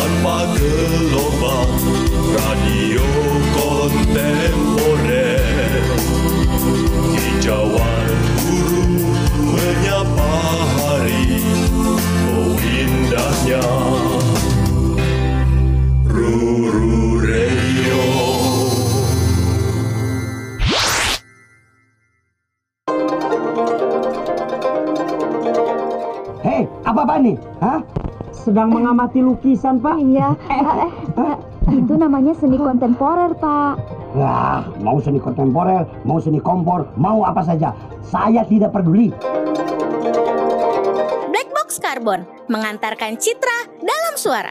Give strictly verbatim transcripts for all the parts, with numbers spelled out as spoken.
tanpa gelombang, radio kontemporer. Hijauan guru menyapa hari, oh indahnya Ruru Radio. Hei, apa-apa nih? Hah? Sedang mengamati lukisan, Pak? Iya, eh, eh, eh, itu namanya seni kontemporer, Pak. Wah, mau seni kontemporer, mau seni kompor, mau apa saja. Saya tidak peduli. Black Box Carbon mengantarkan citra dalam suara.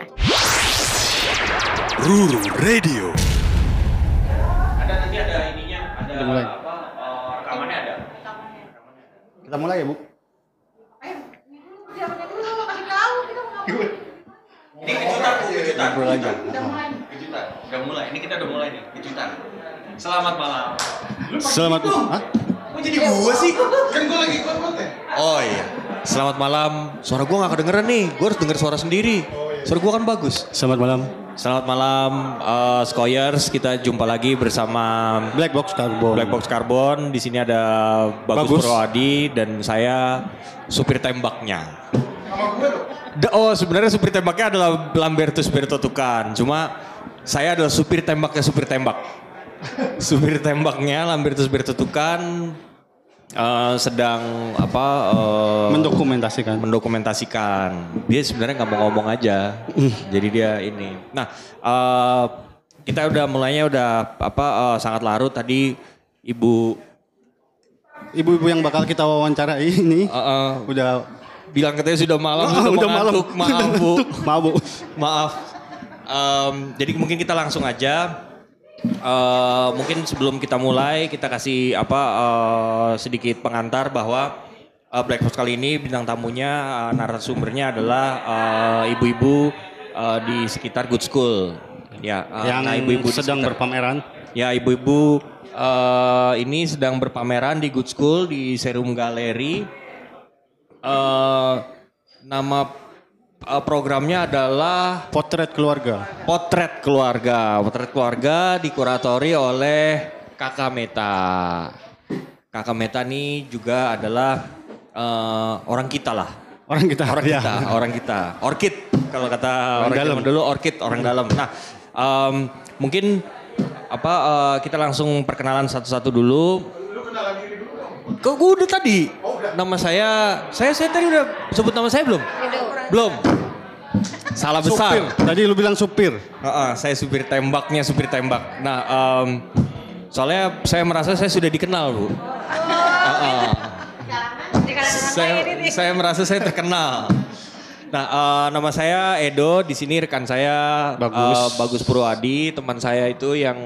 Ruru Radio. Ada nanti ada ininya, ada mulai. apa? Uh, rekamannya ada. Kita mulai ya, Bu. Ini kejutan, Bu, kejutan. Ngobrol aja. Kejutan. Udah mulai. Ini kita udah mulai nih, kejutan. Selamat malam. Selamat malam. Hah? Kok jadi gua sih? Kan gua lagi ikut-ikut ya. Oh iya. Selamat malam. Suara gua enggak kedengeran nih. Gua harus denger suara sendiri. Suara gua kan bagus. Selamat malam. Selamat malam, uh, Skoyers. Kita jumpa lagi bersama Black Box Carbon. Black Box Carbon. Di sini ada Bagus, Bagus. Purwadi dan saya supir tembaknya. Da- oh sebenarnya supir tembaknya adalah Lambertus Bertotukan. Cuma saya adalah supir tembaknya supir tembak. Supir tembaknya Lambertus Bertotukan uh, sedang apa? Uh, Mendokumentasikan. mendokumentasikan. Dia sebenarnya nggak mau ngomong aja. Jadi dia ini. Nah, uh, kita udah mulainya udah apa uh, sangat larut tadi Ibu Ibu-ibu yang bakal kita wawancara ini uh, uh, udah bilang katanya sudah malam, Oh, sudah, udah malam. mengantuk. Maaf Bu. Maaf, Bu. Maaf. Um, jadi mungkin kita langsung aja. Uh, mungkin sebelum kita mulai kita kasih apa uh, sedikit pengantar bahwa uh, Black Box kali ini bintang tamunya uh, narasumbernya adalah uh, ibu-ibu uh, di sekitar Good School. Ya, uh, yang nah, ibu-ibu di sedang sekitar- berpameran. Ya, ibu-ibu uh, ini sedang berpameran di Good School di Serum Gallery. Uh, nama uh, programnya adalah Potret keluarga. Potret Keluarga. Potret Keluarga dikuratori oleh Kakak Meta. Kakak Meta ini juga adalah uh, orang kita lah. Orang kita. Orang ya. kita, orang kita. Orchid kalau kata Orang orang dalam. zaman dulu orchid, orang dalam. Nah, um, mungkin apa uh, kita langsung perkenalan satu-satu dulu. Kok gue udah tadi? Nama saya, saya saya tadi udah sebut nama saya belum? Belum. Salah besar. Supir. Tadi lu bilang supir. Uh-uh, saya supir tembaknya, supir tembak. Nah, um, soalnya saya merasa saya sudah dikenal, Bu. Uh-uh. Saya, saya merasa saya terkenal. Nah, uh, nama saya Edo. Di sini rekan saya Bagus. uh, Bagus Purwadi. Teman saya itu yang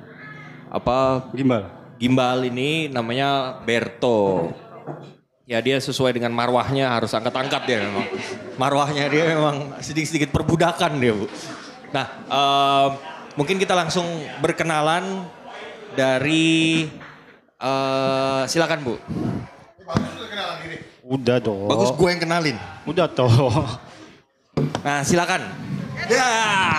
apa? Gimbal. Gimbal ini namanya Berto. Ya dia sesuai dengan marwahnya harus angkat-angkat dia memang. Marwahnya dia memang sedikit-sedikit perbudakan dia Bu. Nah uh, mungkin kita langsung berkenalan dari uh, silakan Bu. Udah dong. Bagus gue yang kenalin. Udah toh. Nah silakan. Ya.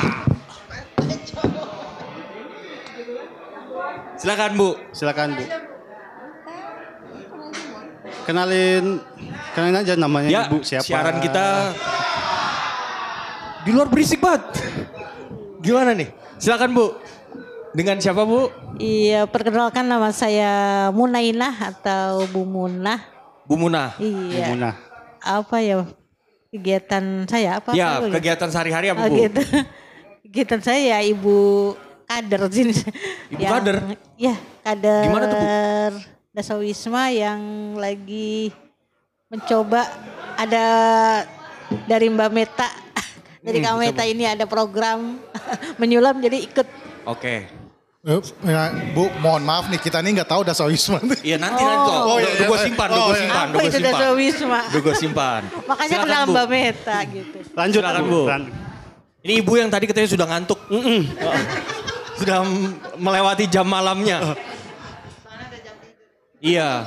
Silakan Bu. Silakan, Bu. Kenalin, kenalin aja namanya Ya, Ibu siapa. siaran kita di luar berisik banget. Gimana nih? Silakan Bu. Dengan siapa Bu? Iya, perkenalkan nama saya Munainah atau Bu Munah. Bu Munah. Iya. Munah. Apa ya kegiatan saya apa? Ya, apa kegiatan sehari-hari apa Oh, Bu? gitu. Kegiatan saya Ibu kader sini. Ibu kader? Ya, kader. Gimana tuh, Bu? Dasawisma yang lagi mencoba ada dari Mbak Meta. Dari Hmm, Kak Meta ini ada program menyulam jadi ikut. Oke. Eh, ya, Bu, mohon maaf nih kita nih nggak tahu Dasawisma. Iya nanti nanti kok. Oh, Udah iya, iya. gue simpan, udah Oh, gue iya. simpan, Apa udah gue itu simpan. Dasawisma? Udah gue simpan. Makanya Silakan, kenal Bu. Mbak Meta gitu. Lanjut, Silakan, Bu. Lan- Ini ibu yang tadi katanya sudah ngantuk. Sudah m- melewati jam malamnya. Iya.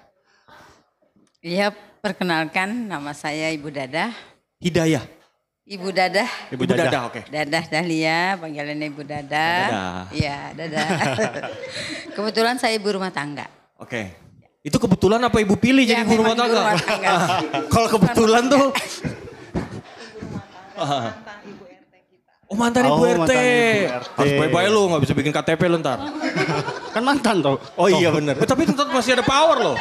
Iya, perkenalkan nama saya Ibu Dadah. Hidayah. Ibu Dadah. Ibu Dadah, Dadah oke. Okay. Dadah Dahlia, panggilannya Ibu Dadah. Dadah. Iya, Dadah. Kebetulan saya ibu rumah tangga. Oke. Okay. Itu kebetulan apa ibu pilih ya, jadi ibu rumah tangga? Rumah tangga. Kalau kebetulan tuh. Oh mantan ibu R T. Harus bye-bye lu, gak bisa bikin K T P lu ntar. Kan mantan tau. Oh iya bener. Eh, tapi tetap masih ada power loh.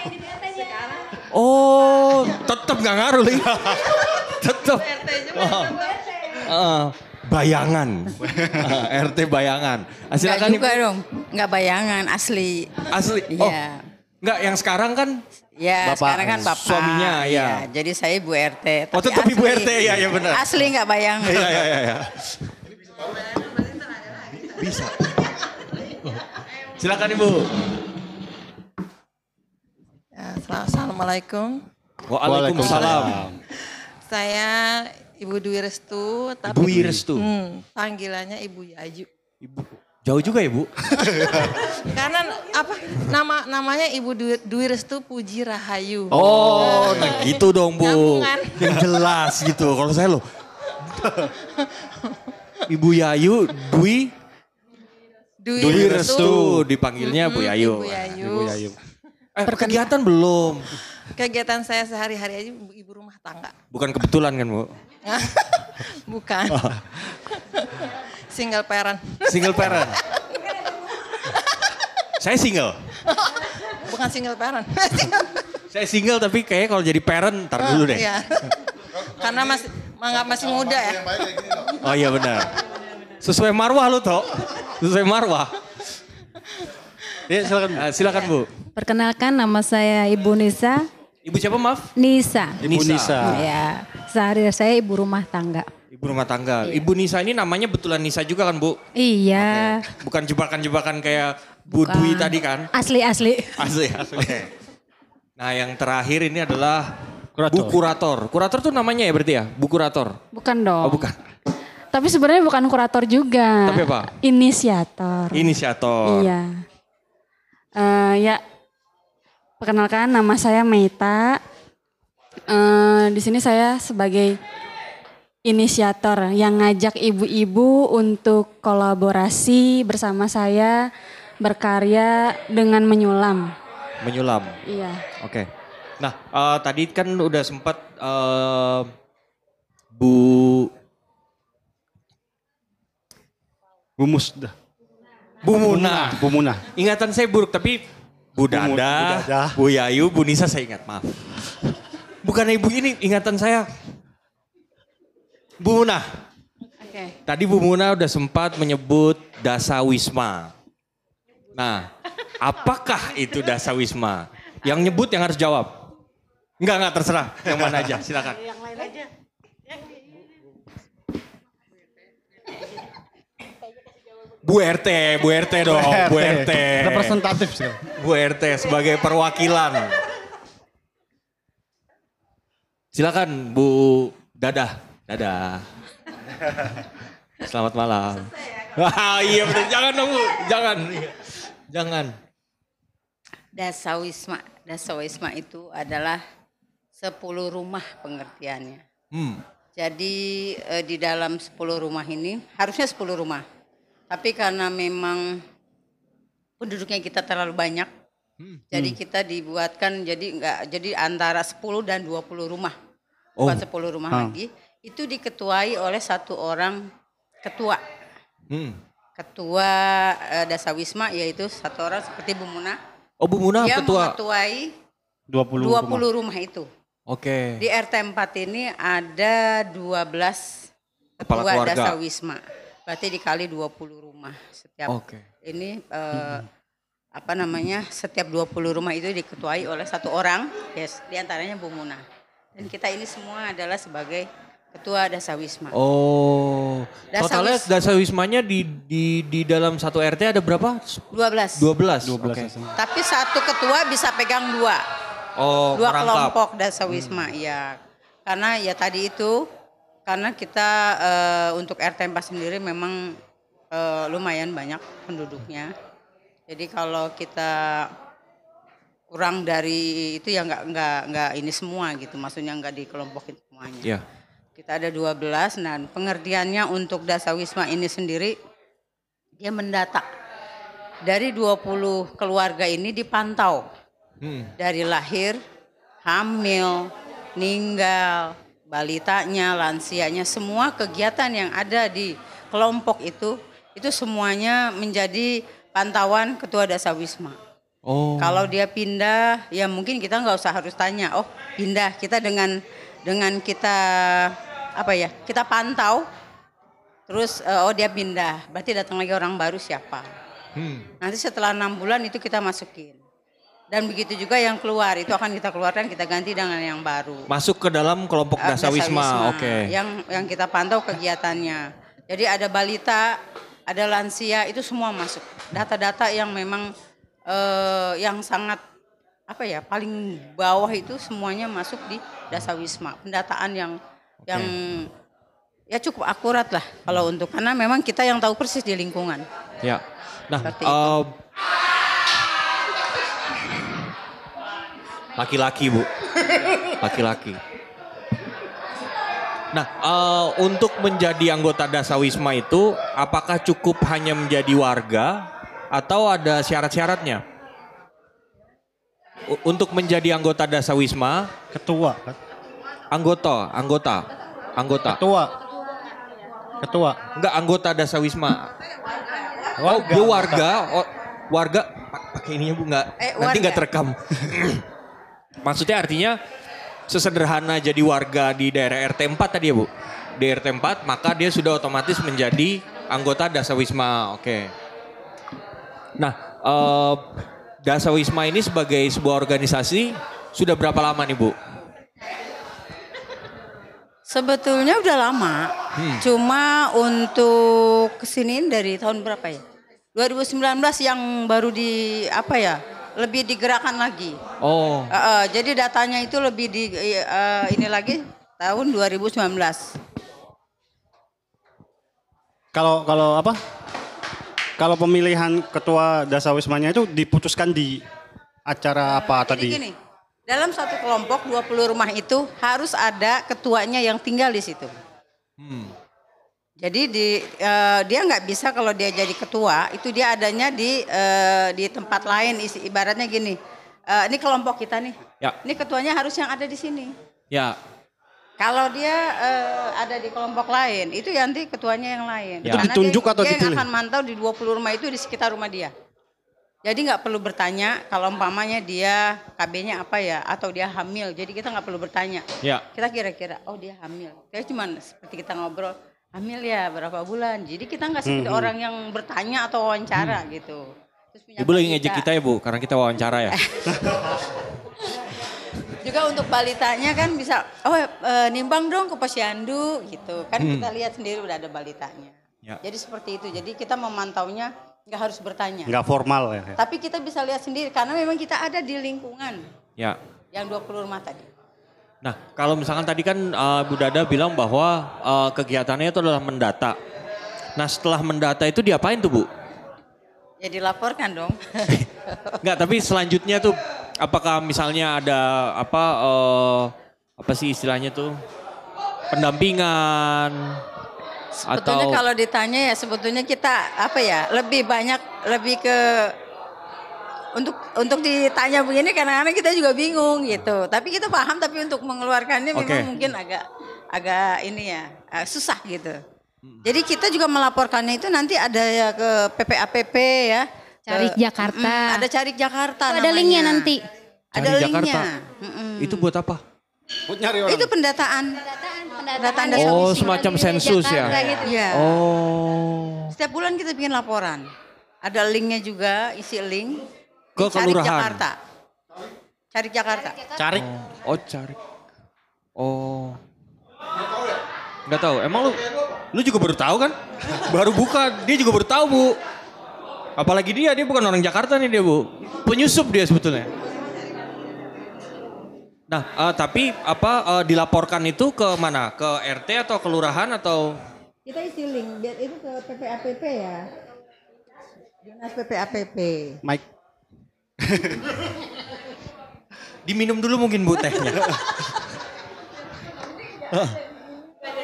Oh tetap gak ngaruh lagi. Tetap. Uh, bayangan. uh, R T bayangan. Ah, silakan juga ibu. Dong, nggak bayangan asli. Asli. Oh, ya. Nggak yang sekarang kan? Ya bapak, sekarang kan bapak. Suaminya ya. ya. Jadi saya ibu R T. Oh tetap ibu R T ya, ya benar. Asli nggak bayangan. Iya iya iya. Bisa. Silakan ibu. Ya, assalamualaikum. Waalaikumsalam. Saya Ibu Dwi Restu, tapi Ibu Restu. Hmm, panggilannya Ibu Yayu. Ibu. Jauh juga ya, Bu? Karena apa? Nama namanya Ibu Dwi, Dwi Restu Puji Rahayu. Oh, nah, nah gitu dong, Bu. Nyambungan. Yang jelas gitu. Kalau saya loh. Ibu Yayu, Dwi Dwi, Dwi Restu. Restu. Dipanggilnya Bu Yayu. Ibu Yayu. Ibu Yayu. Eh, kegiatan belum? Kegiatan saya sehari-hari aja ibu rumah tangga. Bukan kebetulan kan, Bu? Bukan. Oh. Single parent. Single parent. Saya single. Bukan single parent. Saya single tapi kayaknya kalau jadi parent ntar dulu deh. Iya. Karena masih masih muda ya. Oh iya benar. Sesuai marwah lu, Tok. Sesuai marwah. Ya, silakan, uh, silakan Bu. Perkenalkan nama saya Ibu Nisa. Ibu siapa maaf? Nisa. Ibu Nisa. Ya, sehari saya ibu rumah tangga. Ibu rumah tangga. Iya. Ibu Nisa ini namanya betulan Nisa juga kan Bu? Iya. Okay. Bukan jebakan-jebakan kayak Bu Bukan. Dwi tadi kan? Asli-asli. Asli, asli. Okay. Nah yang terakhir ini adalah kurator. Bu Kurator. Kurator tuh namanya ya berarti ya? Bu Kurator? Bukan dong. Oh bukan. Tapi sebenarnya bukan kurator juga. Tapi apa? Inisiator. Inisiator. Iya. Uh, ya, perkenalkan nama saya Meita. Uh, di sini saya sebagai inisiator yang ngajak ibu-ibu untuk kolaborasi bersama saya berkarya dengan menyulam. Menyulam. Iya. Oke. Okay. Nah, uh, tadi kan udah sempat uh, Bu Bu Musda. Bu Munah. Bu Munah. Ingatan saya buruk tapi Bu Dada, Bu, Dada, Bu Yayu, Bu Nisa saya ingat, maaf. Bukan ibu ini ingatan saya. Bu Munah. Oke. Okay. Tadi Bu Munah udah sempat menyebut Dasawisma. Nah, apakah itu Dasawisma? Yang nyebut yang harus jawab. Enggak, enggak terserah. Yang mana aja, silakan. Yang lain aja. Bu R T, Bu R T dong, Bu R T. Representatif sih. Bu R T sebagai perwakilan. Silakan Bu Dadah. Dadah. Selamat malam. Wah iya betul, jangan dong Bu, jangan. Jangan. Dasawisma, Dasawisma itu adalah sepuluh rumah pengertiannya. Hmm. Jadi eh, di dalam sepuluh rumah ini, harusnya sepuluh rumah. Tapi karena memang penduduknya kita terlalu banyak, hmm. jadi kita dibuatkan jadi enggak jadi antara sepuluh dan dua puluh rumah. Oh. Bukan sepuluh rumah hmm. lagi. Itu diketuai oleh satu orang ketua. Hmm. Ketua uh, Dasawisma yaitu satu orang seperti Bu Munah. Oh Bu Munah dia ketua. Dia mengetuai dua puluh, dua puluh rumah. rumah itu. Oke. Okay. Di R T empat ini ada dua belas ketua Dasawisma. Berarti dikali dua puluh rumah setiap. Okay. Ini uh, hmm. apa namanya? Setiap dua puluh rumah itu diketuai oleh satu orang, yes, di antaranya Bu Munah. Dan kita ini semua adalah sebagai ketua Dasawisma. Oh. Dasawis... Totalnya Dasawismanya di di di dalam satu R T ada berapa? dua belas. dua belas. dua belas. Okay. Tapi satu ketua bisa pegang dua. Oh, dua merangkap. Kelompok Dasawisma, hmm. ya. Karena ya tadi itu karena kita uh, untuk R T empat sendiri memang uh, lumayan banyak penduduknya. Jadi kalau kita kurang dari itu ya nggak nggak nggak ini semua gitu, maksudnya nggak dikelompokin semuanya. Yeah. Kita ada dua belas, nah pengertiannya untuk Dasawisma ini sendiri, dia mendata. Dari dua puluh keluarga ini dipantau. Hmm. Dari lahir, hamil, meninggal, balitanya, lansianya, semua kegiatan yang ada di kelompok itu, itu semuanya menjadi pantauan Ketua Dasawisma. Oh. Kalau dia pindah, ya mungkin kita nggak usah harus tanya, oh pindah, kita dengan dengan kita apa ya, kita pantau, terus oh dia pindah, berarti datang lagi orang baru siapa? Hmm. Nanti setelah enam bulan itu kita masukin. Dan begitu juga yang keluar, itu akan kita keluarkan, kita ganti dengan yang baru. Masuk ke dalam kelompok uh, Dasawisma, oke. Okay. Yang yang kita pantau kegiatannya. Jadi ada balita, ada lansia, itu semua masuk. Data-data yang memang uh, yang sangat apa ya, paling bawah itu semuanya masuk di Dasawisma. Pendataan yang okay. yang ya cukup akurat lah kalau untuk, karena memang kita yang tahu persis di lingkungan. Ya. Nah, uh, laki-laki Bu, laki-laki. Nah, uh, untuk menjadi anggota Dasawisma itu, apakah cukup hanya menjadi warga atau ada syarat-syaratnya? U- untuk menjadi anggota Dasawisma, ketua, anggota, anggota, anggota. Ketua, ketua. Enggak, anggota Dasawisma. Oh, dia warga, oh, warga. Pakai ininya Bu, nggak? Eh, nanti nggak terekam. Maksudnya artinya sesederhana jadi warga di daerah R T empat tadi ya Bu? Di R T empat maka dia sudah otomatis menjadi anggota Dasawisma, oke. Nah, eh, Dasawisma ini sebagai sebuah organisasi sudah berapa lama nih Bu? Sebetulnya udah lama, hmm. cuma untuk kesini dari tahun berapa ya? dua ribu sembilan belas yang baru di apa ya? Lebih digerakkan lagi. Oh. Uh, uh, jadi datanya itu lebih di uh, ini lagi tahun dua ribu sembilan belas. Kalau kalau apa? Kalau pemilihan ketua Dasawismanya itu diputuskan di acara apa jadi tadi? Gini, dalam satu kelompok dua puluh rumah itu harus ada ketuanya yang tinggal di situ. Hmm. Jadi di, uh, dia nggak bisa kalau dia jadi ketua, itu dia adanya di uh, di tempat lain, isi, ibaratnya gini, uh, ini kelompok kita nih, ya. Ini ketuanya harus yang ada di sini. Ya. Kalau dia uh, ada di kelompok lain, itu nanti ketuanya yang lain. Ya. Itu ditunjuk dia, atau dia dipilih? Dia akan mantau di dua puluh rumah itu di sekitar rumah dia. Jadi nggak perlu bertanya kalau umpamanya dia K B-nya apa ya, atau dia hamil, jadi kita nggak perlu bertanya. Ya. Kita kira-kira, oh dia hamil. Kita cuma seperti kita ngobrol, hamil ya berapa bulan. Jadi kita nggak seperti hmm. orang yang bertanya atau wawancara hmm. gitu. Terus Ibu lagi ngejek kita ya Bu, karena kita wawancara ya. Juga untuk balitanya kan bisa, oh e, nimbang dong ke posyandu gitu. Kan hmm. kita lihat sendiri udah ada balitanya. Ya. Jadi seperti itu, jadi kita memantaunya nggak harus bertanya. Nggak formal ya. Tapi kita bisa lihat sendiri, karena memang kita ada di lingkungan. Ya. Yang dua puluh rumah tadi. Nah, kalau misalkan tadi kan uh, Bu Dada bilang bahwa uh, kegiatannya itu adalah mendata. Nah, setelah mendata itu diapain tuh Bu? Ya dilaporkan dong. Enggak, tapi selanjutnya tuh apakah misalnya ada apa uh, apa sih istilahnya tuh? Pendampingan sebetulnya atau... kalau ditanya ya sebetulnya kita apa ya? Lebih banyak lebih ke Untuk untuk ditanya begini kadang-kadang kita juga bingung gitu. Tapi kita paham, tapi untuk mengeluarkannya okay. memang mungkin agak agak ini ya susah gitu. Jadi kita juga melaporkannya itu nanti ada ya ke P P A P P ya. Carik ke, Jakarta. Mm, ada Carik Jakarta oh, ada linknya nanti. Ada Carik linknya. Mm-mm. Itu buat apa? Buat nyari orang. Itu pendataan. Pendataan. Pendataan. pendataan oh semacam sensus ya. Gitu. ya. Oh. Setiap bulan kita bikin laporan. Ada linknya juga, isi link. Ke Carik kelurahan. Jakarta. Carik Jakarta. Carik. Oh, oh Carik. Oh. Nggak tahu. Emang lu lu juga baru tahu kan? Baru buka, dia juga baru tahu, Bu. Apalagi dia, dia bukan orang Jakarta nih dia, Bu. Penyusup dia sebetulnya. Nah, uh, tapi apa uh, dilaporkan itu ke mana? Ke R T atau kelurahan atau? Kita isi link, biar itu ke P P A P P ya. Dinas P P A P P. Mike. Diminum dulu mungkin Bu tehnya.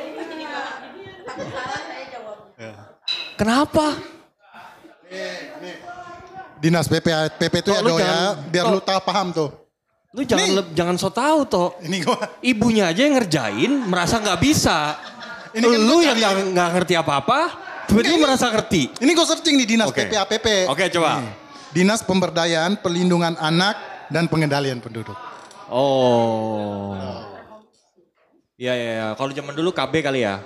Kenapa? Dinas P P P P itu Tok, ya lu do ya, jangan- biar Tok. lu tahu paham tuh. Lu jangan Nih. le- jangan so tau toh. Ini gua. Ibunya aja yang ngerjain, merasa nggak bisa. Ini kan Lu gua yang cari- nggak nggak ngerti apa-apa, tiba-tiba merasa ngerti. Ini gue searching di Dinas Oke. P P A P P. Oke, coba. Nih, Dinas Pemberdayaan Perlindungan Anak dan Pengendalian Penduduk. Oh. Iya, iya, iya. Kalau zaman dulu K B kali ya.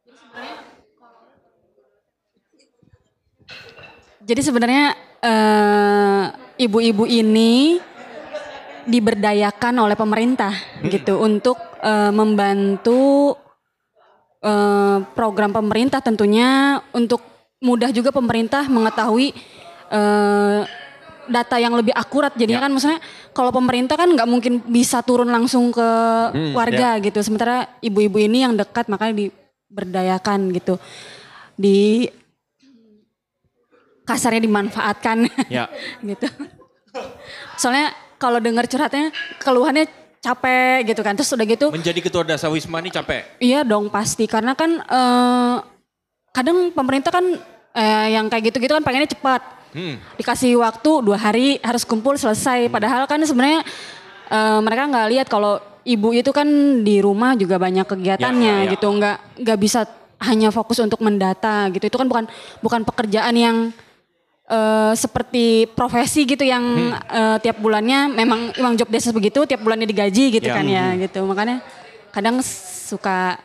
Jadi sebenarnya eh, ibu-ibu ini diberdayakan oleh pemerintah gitu untuk eh, membantu eh, program pemerintah tentunya untuk mudah juga pemerintah mengetahui eh, data yang lebih akurat. Jadinya kan maksudnya kalau pemerintah kan nggak mungkin bisa turun langsung ke Hmm, warga gitu. Sementara ibu-ibu ini yang dekat makanya diberdayakan gitu. Di kasarnya dimanfaatkan Ya. gitu. Soalnya kalau dengar curhatnya keluhannya capek gitu kan. Terus udah gitu Menjadi ketua Dasawisma ini capek. iya dong pasti karena kan eh, kadang pemerintah kan eh, yang kayak gitu-gitu kan pengennya cepat. Hmm. Dikasih waktu dua hari harus kumpul selesai. Padahal kan sebenarnya eh, mereka nggak lihat kalau ibu itu kan di rumah juga banyak kegiatannya Ya, ya, ya. gitu. Nggak nggak bisa hanya fokus untuk mendata gitu. Itu kan bukan bukan pekerjaan yang eh, seperti profesi gitu yang eh, tiap bulannya memang memang job desk begitu tiap bulannya digaji gitu Ya. kan ya gitu. Makanya kadang suka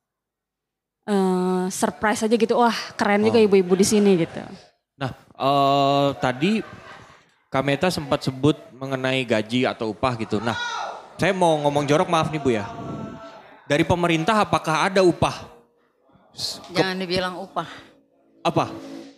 eh, surprise aja gitu. Wah, keren juga Oh. ibu-ibu di sini gitu. Nah, eh, tadi Kameta sempat sebut mengenai gaji atau upah gitu. Nah, saya mau ngomong jorok, maaf nih Bu ya. Dari pemerintah apakah ada upah? Jangan dibilang upah. Apa?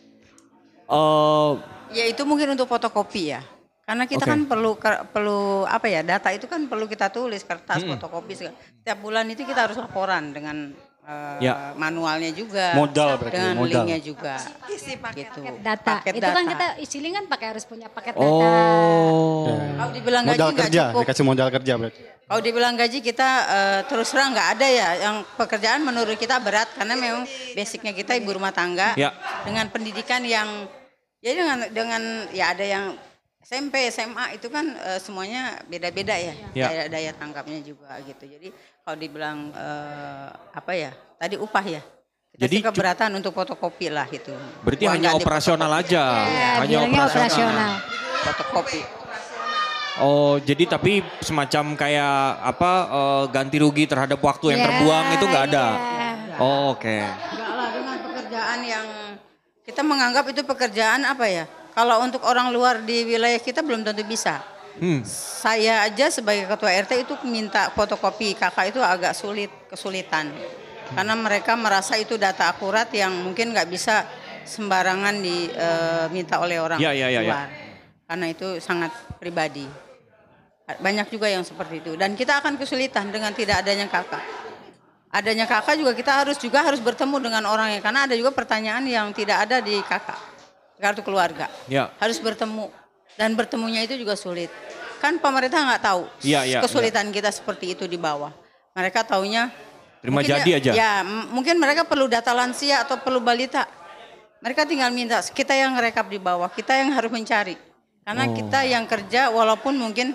Eh, Ya itu mungkin untuk fotokopi ya. Karena kita Oke. kan perlu ker- perlu apa ya, data itu kan perlu kita tulis, kertas, Mm-mm. fotokopi segala. Setiap bulan itu kita harus laporan dengan eh, Ya. manualnya juga. Modal berarti, dengan modal. linknya juga. Isi paket Gitu. Data. Paket Itu kan data. kita istilin kan pakai harus punya paket data. oh. Kalau dibilang gaji Modal nggak kerja, cukup. dikasih modal kerja berarti. Kalau dibilang gaji kita eh, terus terang nggak ada ya. Yang pekerjaan menurut kita berat karena memang basicnya kita ibu rumah tangga Ya. dengan pendidikan yang ya dengan dengan ya ada yang S M P, S M A itu kan eh, semuanya beda-beda ya, Ya. daya, daya tangkapnya juga gitu. Jadi kalau dibilang eh, apa ya tadi upah ya. Kita Jadi sih keberatan untuk fotokopi lah itu. Berarti Uang hanya nggak operasional difotokopi. aja. Ya, hanya bilangnya operasional. operasional. Fotokopi. Oh, jadi tapi semacam kayak apa eh, ganti rugi terhadap waktu yang Ya, terbuang itu nggak ada. iya. Oh, oke. Enggak lah dengan pekerjaan yang kita menganggap itu pekerjaan apa ya? Kalau untuk orang luar di wilayah kita belum tentu bisa. Hmm. Saya aja sebagai ketua R T itu minta fotokopi kakak itu agak sulit, kesulitan. Karena mereka merasa itu data akurat yang mungkin nggak bisa sembarangan diminta oleh orang Ya, ya, ya, ya. luar. Karena itu sangat pribadi. Banyak juga yang seperti itu. Dan kita akan kesulitan dengan tidak adanya kakak. Adanya kakak juga kita harus juga harus bertemu dengan orangnya. Karena ada juga pertanyaan yang tidak ada di kakak. Kartu keluarga. Ya. Harus bertemu. Dan bertemunya itu juga sulit. Kan pemerintah nggak tahu Ya, ya, kesulitan kita seperti itu di bawah. Mereka taunya Terima mungkin jadi ya, aja. Ya, m- mungkin mereka perlu data lansia atau perlu balita. Mereka tinggal minta, kita yang ngerekap di bawah, kita yang harus mencari. Karena Oh. kita yang kerja walaupun mungkin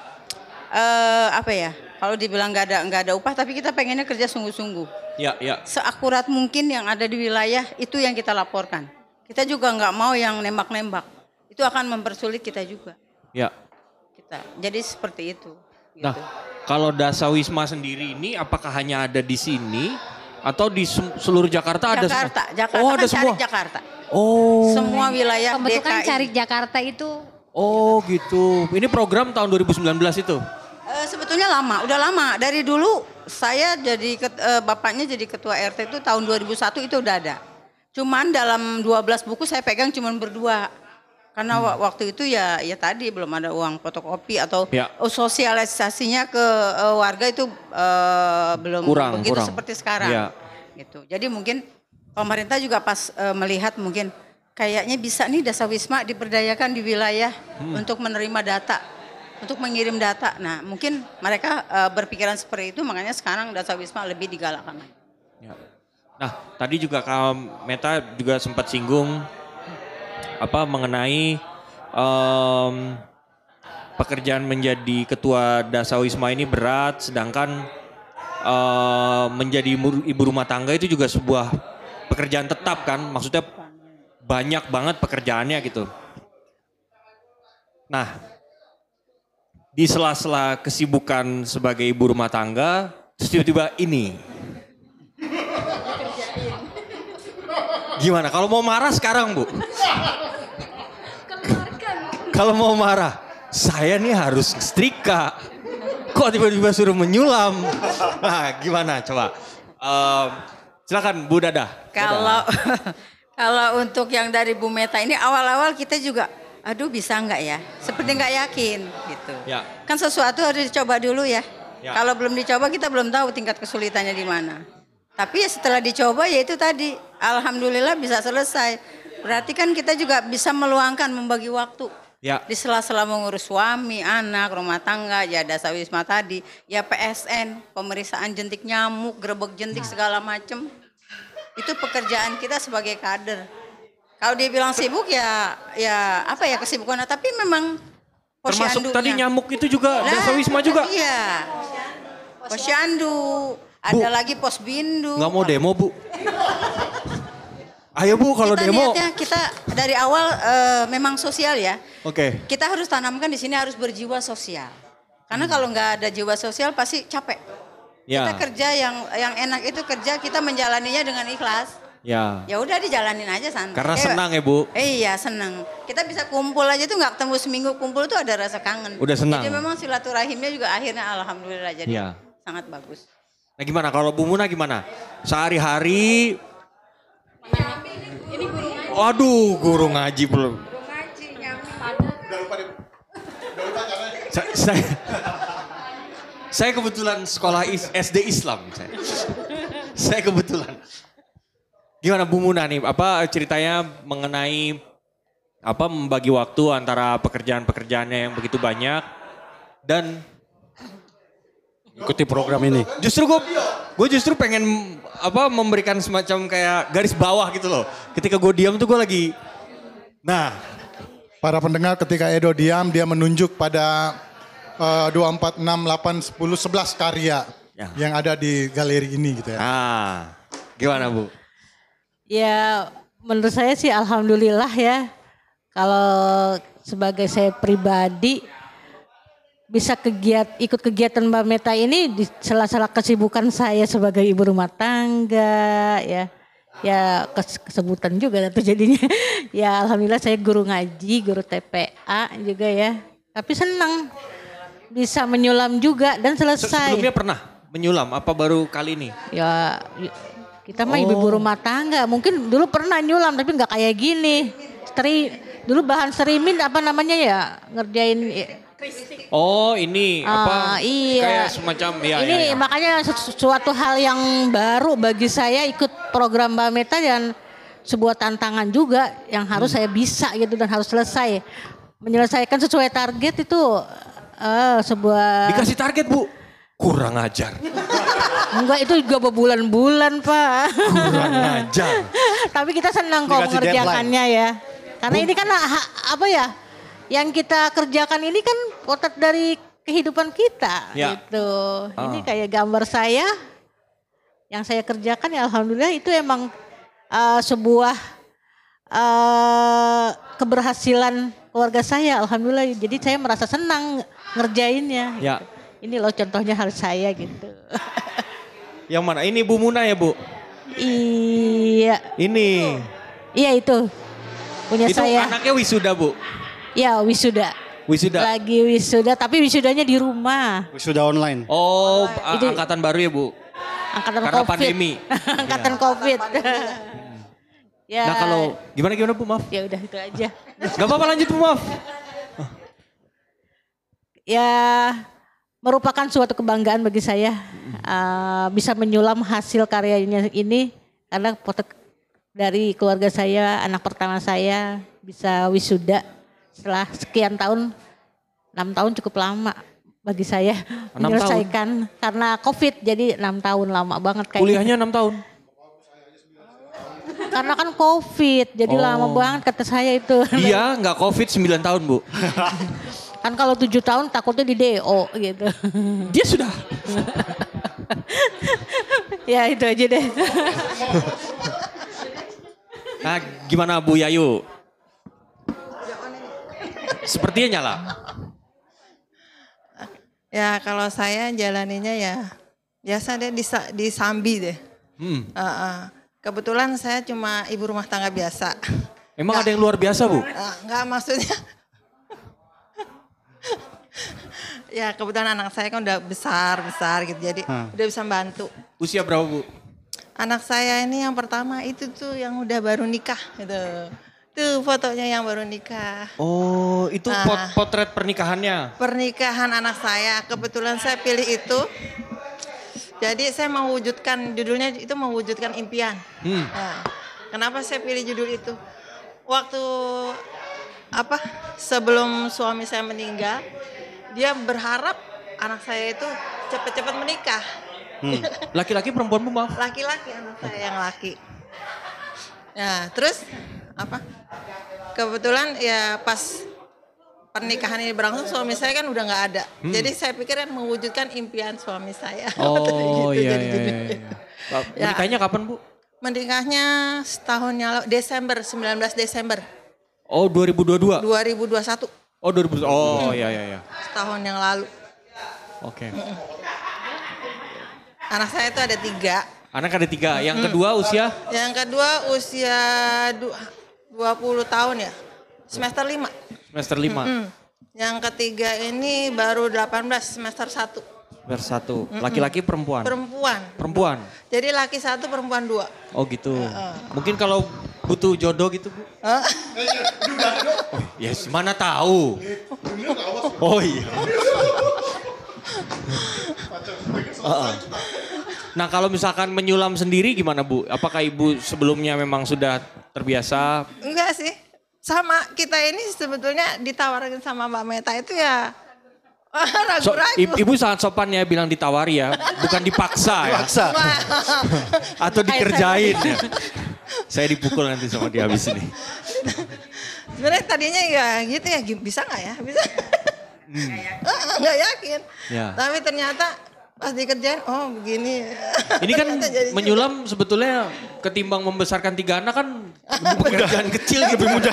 eh apa ya? Kalau dibilang nggak ada nggak ada upah, tapi kita pengennya kerja sungguh-sungguh. Ya, ya. Seakurat mungkin yang ada di wilayah itu yang kita laporkan. Kita juga nggak mau yang nembak-nembak. Itu akan mempersulit kita juga. Ya. Kita. Jadi seperti itu. Nah, kalau Dasawisma sendiri ini apakah hanya ada di sini atau di sem- seluruh Jakarta ada semua? Jakarta, Jakarta Oh, kan ada cari semua. Jakarta. Oh. Semua wilayah Pembentukan D K I. cari Jakarta itu Oh, gitu. Ini program tahun dua ribu sembilan belas itu. Eh, sebetulnya lama, udah lama. Dari dulu saya jadi ket- eh, bapaknya jadi ketua R T itu tahun dua ribu satu itu udah ada. Cuman dalam dua belas buku saya pegang cuman berdua. Karena wa- waktu itu ya ya tadi belum ada uang fotokopi atau Ya. oh, sosialisasinya ke eh, warga itu eh, belum Kurang, begitu kurang. seperti sekarang. Ya. Gitu. Jadi mungkin pemerintah juga pas eh, melihat mungkin kayaknya bisa nih Dasawisma diberdayakan di wilayah Hmm. untuk menerima data, untuk mengirim data. Nah, mungkin mereka eh, berpikiran seperti itu, makanya sekarang Dasawisma lebih digalakkan. Ya. Nah, tadi juga Kak Meta juga sempat singgung apa mengenai um, pekerjaan menjadi ketua Dasawisma ini berat, sedangkan uh, menjadi ibu rumah tangga itu juga sebuah pekerjaan tetap kan, maksudnya banyak banget pekerjaannya gitu. Nah, di sela-sela kesibukan sebagai ibu rumah tangga, terus tiba-tiba ini. Gimana? Kalau mau marah sekarang, Bu? Kalau mau marah, saya nih harus setrika. Kok tiba-tiba suruh menyulam? Nah, gimana? Coba. Uh, silakan, Bu Dada. Kalau kalau untuk yang dari Bu Meta ini awal-awal kita juga, aduh bisa nggak ya? Seperti nggak yakin gitu. Ya. Kan sesuatu harus dicoba dulu ya. Ya. Kalau belum dicoba kita belum tahu tingkat kesulitannya di mana. Tapi ya setelah dicoba ya itu tadi, alhamdulillah bisa selesai. Berarti kan kita juga bisa meluangkan, membagi waktu. Ya. Di sela-sela mengurus suami, anak, rumah tangga, ya Dasawisma tadi, ya P S N, pemeriksaan jentik nyamuk, grebek jentik segala macam. Itu pekerjaan kita sebagai kader. Kalau dia bilang sibuk ya, ya apa ya kesibukannya, tapi memang termasuk posyandunya. tadi nyamuk itu juga nah, Dasawisma juga. Iya. Posyandu. Ada lagi pos bindu. Nggak mau demo, Bu? Ayo, Bu, kalau kita demo. Niatnya kita dari awal uh, memang sosial ya. Oke. Okay. Kita harus tanamkan di sini harus berjiwa sosial. Karena hmm. kalau nggak ada jiwa sosial pasti capek. Ya. Kita kerja yang yang enak itu kerja kita menjalaninya dengan ikhlas. Ya. Ya udah dijalanin aja santai. Karena senang ya, Bu. Eh, iya senang. Kita bisa kumpul aja tuh nggak ketemu seminggu kumpul tuh ada rasa kangen. Udah senang. Jadi memang silaturahimnya juga akhirnya alhamdulillah jadi ya. sangat bagus. Nah gimana kalau Bu Muna gimana? Sehari-hari. Waduh, guru ngaji belum. Guru ngaji yang saya, saya, saya kebetulan sekolah S D Islam. Saya, saya kebetulan. Gimana Bu Muna nih? Apa ceritanya mengenai apa membagi waktu antara pekerjaan-pekerjaannya yang begitu banyak dan ikuti program ini. Justru gue, gue justru pengen apa memberikan semacam kayak garis bawah gitu loh. Ketika gue diam tuh gue lagi, nah. Para pendengar ketika Edo diam dia menunjuk pada uh, dua, empat, enam, delapan, sepuluh, sebelas karya ya. yang ada di galeri ini gitu ya. Ah, gimana Bu? Ya menurut saya sih alhamdulillah ya. Kalau sebagai saya pribadi bisa kegiat ikut kegiatan Mbak Meta ini di sela-sela kesibukan saya sebagai ibu rumah tangga ya ya kes kesebutan juga itu jadinya ya alhamdulillah saya guru ngaji, guru T P A juga ya, tapi senang bisa menyulam juga dan selesai. Sebelumnya pernah menyulam apa baru kali ini? Ya kita mah oh. ibu rumah tangga mungkin dulu pernah nyulam tapi nggak kayak gini. Stri, dulu bahan serimin apa namanya ya ngerjain. Oh ini uh, apa iya. kayak semacam ya. Ini ya, ya. makanya sesuatu hal yang baru bagi saya ikut program Mbak Meta dan sebuah tantangan juga yang harus hmm. saya bisa gitu dan harus selesai. Menyelesaikan sesuai target itu uh, sebuah. Dikasih target Bu? Kurang ajar. Enggak itu juga berbulan-bulan Pak. Kurang ajar. Tapi kita senang kok mengerjakannya ya. Karena Bu. ini kan apa ya? Yang kita kerjakan ini kan potret dari kehidupan kita ya. gitu. Ah. Ini kayak gambar saya yang saya kerjakan ya alhamdulillah itu emang uh, sebuah uh, keberhasilan keluarga saya alhamdulillah. Jadi saya merasa senang ngerjainnya. Ya. Ini loh contohnya harus saya gitu. Yang mana? Ini Bu Muna ya Bu? Iya. Ini. Iya itu punya itu saya. Itu anaknya wisuda Bu? Ya wisuda. Wisuda. Lagi wisuda tapi wisudanya di rumah. Wisuda online. Oh, itu, angkatan baru ya Bu? Angkatan Karena COVID. pandemi. angkatan ya. COVID. ya. Nah kalau gimana gimana Bu maaf? Ya udah itu aja. Gak apa-apa lanjut Bu maaf. Ya merupakan suatu kebanggaan bagi saya uh, bisa menyulam hasil karyanya ini karena foto dari keluarga saya anak pertama saya bisa wisuda. Setelah sekian tahun, enam tahun cukup lama bagi saya menyelesaikan tahun. Karena COVID jadi enam tahun lama banget kayaknya. Kuliahnya enam tahun? karena kan COVID, jadi Oh. lama banget kata saya itu. Dia nggak COVID sembilan tahun Bu. Kan kalau tujuh tahun takutnya di D O gitu. Dia sudah. Ya itu aja deh. Nah gimana Bu Yayu? Sepertinya nyala. Ya kalau saya jalaninya ya biasa deh di, sa- di Sambi deh. Hmm. Uh, uh. Kebetulan saya cuma ibu rumah tangga biasa. Emang ada yang luar biasa Bu? Uh, enggak maksudnya. Ya kebetulan anak saya kan udah besar-besar gitu. Jadi Hmm. udah bisa bantu. Usia berapa Bu? Anak saya ini yang pertama itu tuh yang udah baru nikah gitu. Tuh fotonya yang baru nikah. Oh itu Nah. pot- potret pernikahannya. Pernikahan anak saya. Kebetulan saya pilih itu. Jadi saya mewujudkan, judulnya itu mewujudkan impian. Hmm. Nah, kenapa saya pilih judul itu? Waktu apa sebelum suami saya meninggal, dia berharap anak saya itu cepat-cepat menikah. Hmm. Laki-laki perempuan Bu maaf? Laki-laki anak saya yang laki. Nah terus apa? Kebetulan ya pas pernikahan ini berlangsung suami saya kan udah nggak ada. Hmm. Jadi saya pikir kan mewujudkan impian suami saya. Oh Gitu, iya jadi iya judulnya. iya. iya. Ya. Menikahnya kapan Bu? Menikahnya setahun yang lalu, Desember, sembilan belas Desember Oh dua ribu dua puluh dua? dua ribu dua puluh satu. Oh dua ribu. Oh iya iya iya. Setahun yang lalu. Oke. Anak saya itu ada tiga. Anak ada tiga. Yang Hmm. kedua usia? Yang kedua usia du- dua puluh tahun ya. Semester lima. Semester lima. Mm-mm. Yang ketiga ini baru delapan belas, semester satu. Semester satu. Mm-mm. Laki-laki perempuan? Perempuan. Perempuan. Jadi laki satu, perempuan dua. Oh gitu. Mungkin kalau butuh jodoh gitu Bu? Hah? Oh, yes, mana tahu. Oh iya. Uh-uh. Nah kalau misalkan menyulam sendiri gimana Bu? Apakah Ibu sebelumnya memang sudah terbiasa? Enggak sih. Sama kita ini sebetulnya ditawarkan sama Mbak Meta itu ya So, ragu-ragu. i- Ibu sangat sopan ya bilang ditawari ya, bukan dipaksa ya. Paksa. Atau dikerjain ya. Saya dipukul nanti sama dia habis ini. Sebenarnya tadinya ya gitu ya, bisa nggak ya? Bisa. Nggak yakin. Ya. Tapi ternyata pas dikerjain, oh begini. Ini kan Ternyata jadi menyulam sebetulnya ketimbang membesarkan tiga anak kan pekerjaan kecil gitu. Lebih mudah.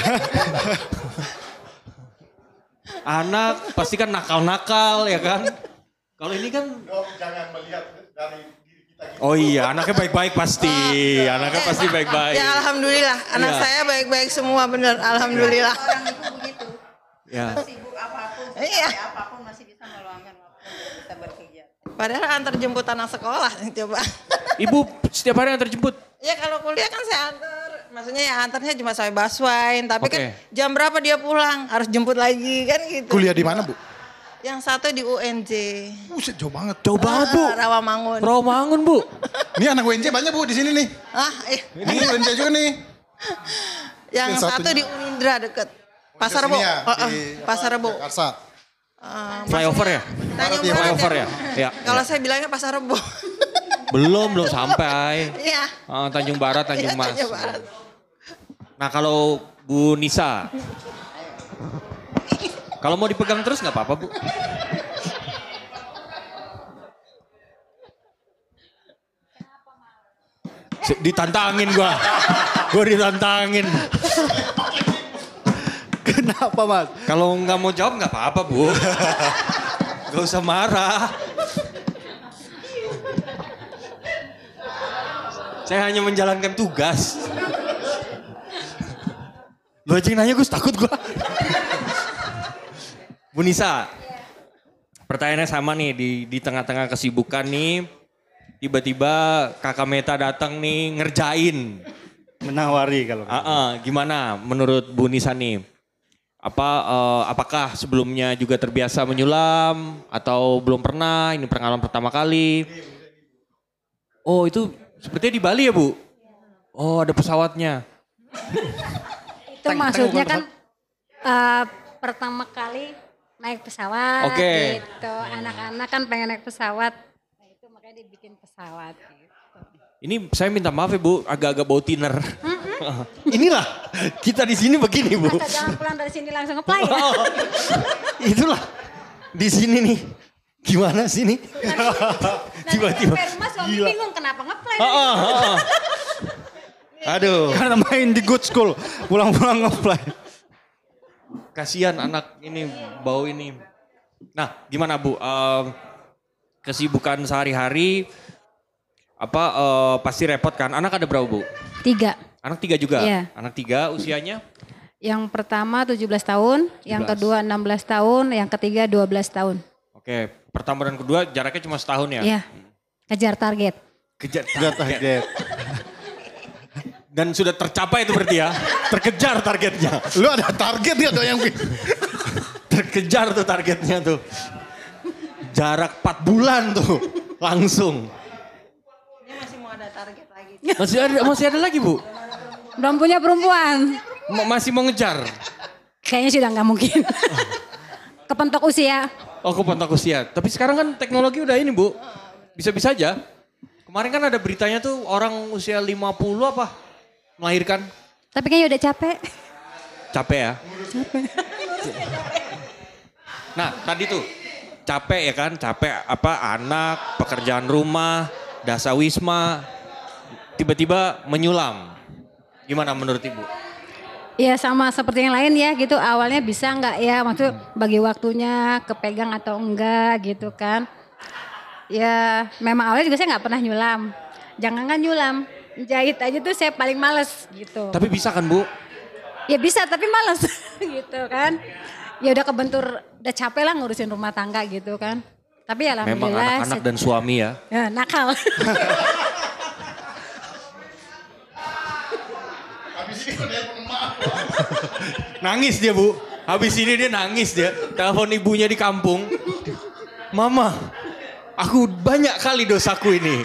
Anak pasti kan nakal-nakal ya kan. Kalau ini kan. Jangan melihat dari diri kita. Oh iya anaknya baik-baik pasti. Anaknya pasti baik-baik. Ya alhamdulillah, anak Ya. saya baik-baik semua bener, alhamdulillah. Orang itu begitu. Ya. Sibuk apapun, Iya. seperti apapun masih bisa meluangkan waktu untuk bisa berkegiatan. Padahal antar jemput anak sekolah, coba. Ibu setiap hari antar jemput? Ya kalau kuliah kan saya antar, maksudnya ya antarnya cuma sampai Baswain, tapi Oke. kan jam berapa dia pulang, harus jemput lagi kan gitu. Kuliah di mana Bu? Yang satu di U N J. Buset jauh banget. Jauh banget Bu. Ah, Rawamangun. Rawamangun Bu. Ini anak U N J banyak Bu di sini nih. Ah, eh. Ini U N J juga nih. Yang Yang satu satunya. di Unindra deket. Pasar Rebo. Sini ya, Oh, oh, di Pasar Rebo. Jakarta. Ah, Flyover ya? Tanjung Iya, Barat Flyover ya? Ya. Kalau saya bilangnya Pasar Rebo. Belum, belum sampai. Iya. Ah, Tanjung Barat, Tanjung Iya, Mas. Tanjung Barat. Nah kalau Bu Nisa. Kalau mau dipegang terus nggak apa-apa Bu. Si- Ditantangin gua. Gua ditantangin. Kenapa Mas? Kalau nggak mau jawab nggak apa-apa Bu. Gak usah marah. Saya hanya menjalankan tugas. Lu aja yang nanya Gus, takut gua. Bu Nisa, pertanyaannya sama nih di di tengah-tengah kesibukan nih. Tiba-tiba Kakak Meta datang nih ngerjain. Menawari kalau. Ah, ah, gimana menurut Bu Nisa nih? Apa eh, apakah sebelumnya juga terbiasa menyulam atau belum pernah? Ini pengalaman pertama kali. Oh, itu sepertinya di Bali ya, Bu? Oh, ada pesawatnya. Itu maksudnya kan eh, pertama kali naik pesawat Oke. gitu. Anak-anak kan pengen naik pesawat. Nah itu makanya dibikin pesawat gitu. Ini saya minta maaf ya Bu, agak-agak bau thinner. Mm-mm. Inilah kita di sini begini Bu. Masa jangan pulang dari sini langsung ngeplay ya. Oh, itulah di sini nih. Gimana sih nih? Tiba-tiba. Sampai rumah suami Gila. bingung kenapa ngeplay. Oh, oh, oh. Aduh. Karena main di good school, pulang-pulang ngeplay. Kasihan anak ini bau ini. Nah, gimana Bu? Um, kesibukan sehari-hari apa uh, pasti repot kan? Anak ada berapa Bu? Tiga. Anak tiga juga? Iya. Anak tiga usianya? Yang pertama tujuh belas tahun, yang kedua enam belas tahun, yang ketiga dua belas tahun. Oke, pertama dan kedua jaraknya cuma setahun ya? Iya, kejar target. Kejar target. Dan sudah tercapai itu berarti ya? Terkejar targetnya. Lu ada target gak yang Terkejar tuh targetnya tuh. Jarak empat bulan tuh langsung. Ini masih mau ada target lagi. Masih ada masih ada lagi Bu? Belum punya perempuan. M- masih mau ngejar? Kayaknya sudah nggak mungkin. Kepentok usia. Oh kepentok usia. Tapi sekarang kan teknologi udah ini Bu. Bisa-bisa aja. Kemarin kan ada beritanya tuh orang usia lima puluh apa melahirkan. Tapi kayaknya udah capek. Capek ya? Capek. Nah tadi tuh capek ya kan, capek apa anak, pekerjaan rumah, dasawisma, tiba-tiba menyulam. Gimana menurut Ibu? Ya sama seperti yang lain ya gitu, awalnya bisa nggak ya, maksud bagi waktunya kepegang atau enggak gitu kan. Ya memang awalnya juga saya nggak pernah nyulam, jangan kan nyulam, jahit aja tuh saya paling males gitu. Tapi bisa kan Bu? Ya bisa tapi males gitu kan. Ya udah kebentur, udah capek lah ngurusin rumah tangga gitu kan. Tapi alhamdulillah. Memang anak-anak dan suami ya. Ya nakal. Nangis dia Bu. Habis ini dia nangis dia. Telepon ibunya di kampung. Mama, aku banyak kali dosaku ini.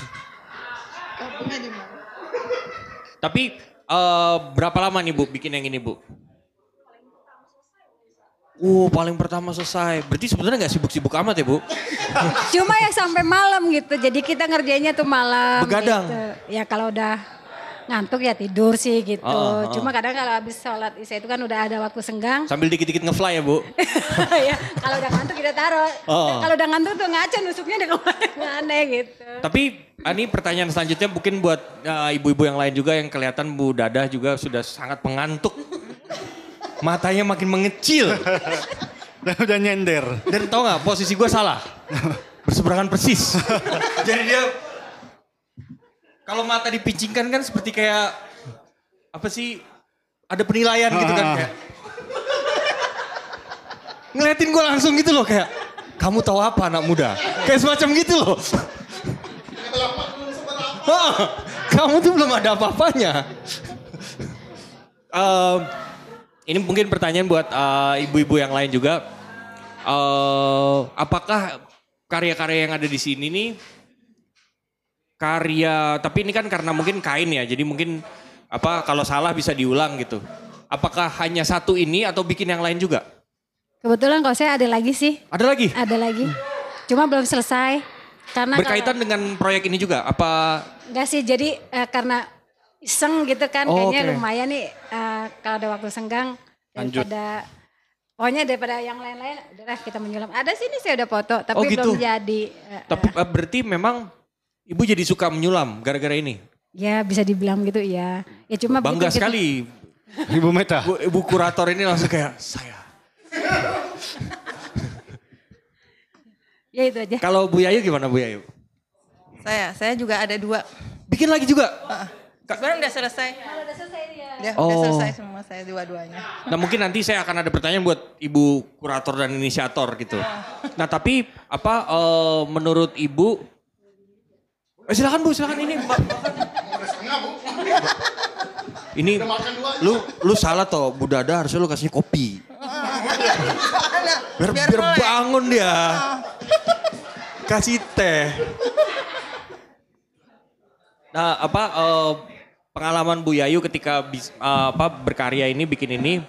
Tapi uh, berapa lama nih Bu bikin yang ini Bu? Uh paling pertama selesai. Berarti sebenarnya nggak sibuk-sibuk amat ya Bu? Cuma ya sampai malam gitu. Jadi kita ngerjainnya tuh malam. Begadang. Gitu. Ya kalau udah ngantuk ya tidur sih gitu. Oh, oh. Cuma kadang kalau habis sholat isya itu kan udah ada waktu senggang. Sambil dikit-dikit ngefly ya Bu? Ya kalau udah ngantuk kita taruh. Oh. Kalau udah ngantuk tuh ngaca nusuknya udah kemana-mana gitu. Tapi ini pertanyaan selanjutnya mungkin buat uh, ibu-ibu yang lain juga yang kelihatan Bu Dadah juga sudah sangat pengantuk. Matanya makin mengecil. Dan udah nyender. Dan tau gak posisi gue salah? Berseberangan persis. Jadi dia kalau mata dipicingkan kan seperti kayak apa sih? Ada penilaian gitu kan kayak. Ngeliatin gue langsung gitu loh kayak. Kamu tahu apa anak muda? Kayak semacam gitu loh. Kamu tuh belum ada apa-apanya. Um, ini mungkin pertanyaan buat uh, ibu-ibu yang lain juga. Uh, apakah karya-karya yang ada di sini nih karya, tapi ini kan karena mungkin kain ya, jadi mungkin apa kalau salah bisa diulang gitu. Apakah hanya satu ini atau bikin yang lain juga? Kebetulan kalau saya ada lagi sih. Ada lagi? Ada lagi. Cuma belum selesai. Karena berkaitan kalau, dengan proyek ini juga? Apa? Enggak sih, jadi uh, karena iseng gitu kan, oh, kayaknya okay. lumayan nih uh, kalau ada waktu senggang. Lanjut. Daripada, pokoknya daripada yang lain-lain, udahlah kita menyulam. Ada sih nih saya udah foto, tapi oh, gitu. belum jadi. Uh, tapi uh, berarti memang Ibu jadi suka menyulam gara-gara ini? Ya bisa dibilang gitu ya. Ya cuma bangga begitu, sekali. Gitu. Ibu Meta. Ibu, ibu kurator ini langsung kayak saya. Ya itu aja. Kalau Bu Yayu gimana Bu Yayu? Saya, saya juga ada dua. Bikin lagi juga? Uh, sebenarnya udah selesai. Udah selesai dia. Ya, oh. udah selesai semua saya dua-duanya. Nah mungkin nanti saya akan ada pertanyaan buat Ibu kurator dan inisiator gitu. Nah tapi apa uh, menurut Ibu, eh, silakan Bu, silakan ini Mbak. Ini lu lu salah toh, Bu Dada harusnya lu kasih kopi. Biar, biar, biar bangun dia. Kasih teh. Nah apa uh, pengalaman Bu Yayu ketika bis, uh, apa berkarya ini, bikin ini.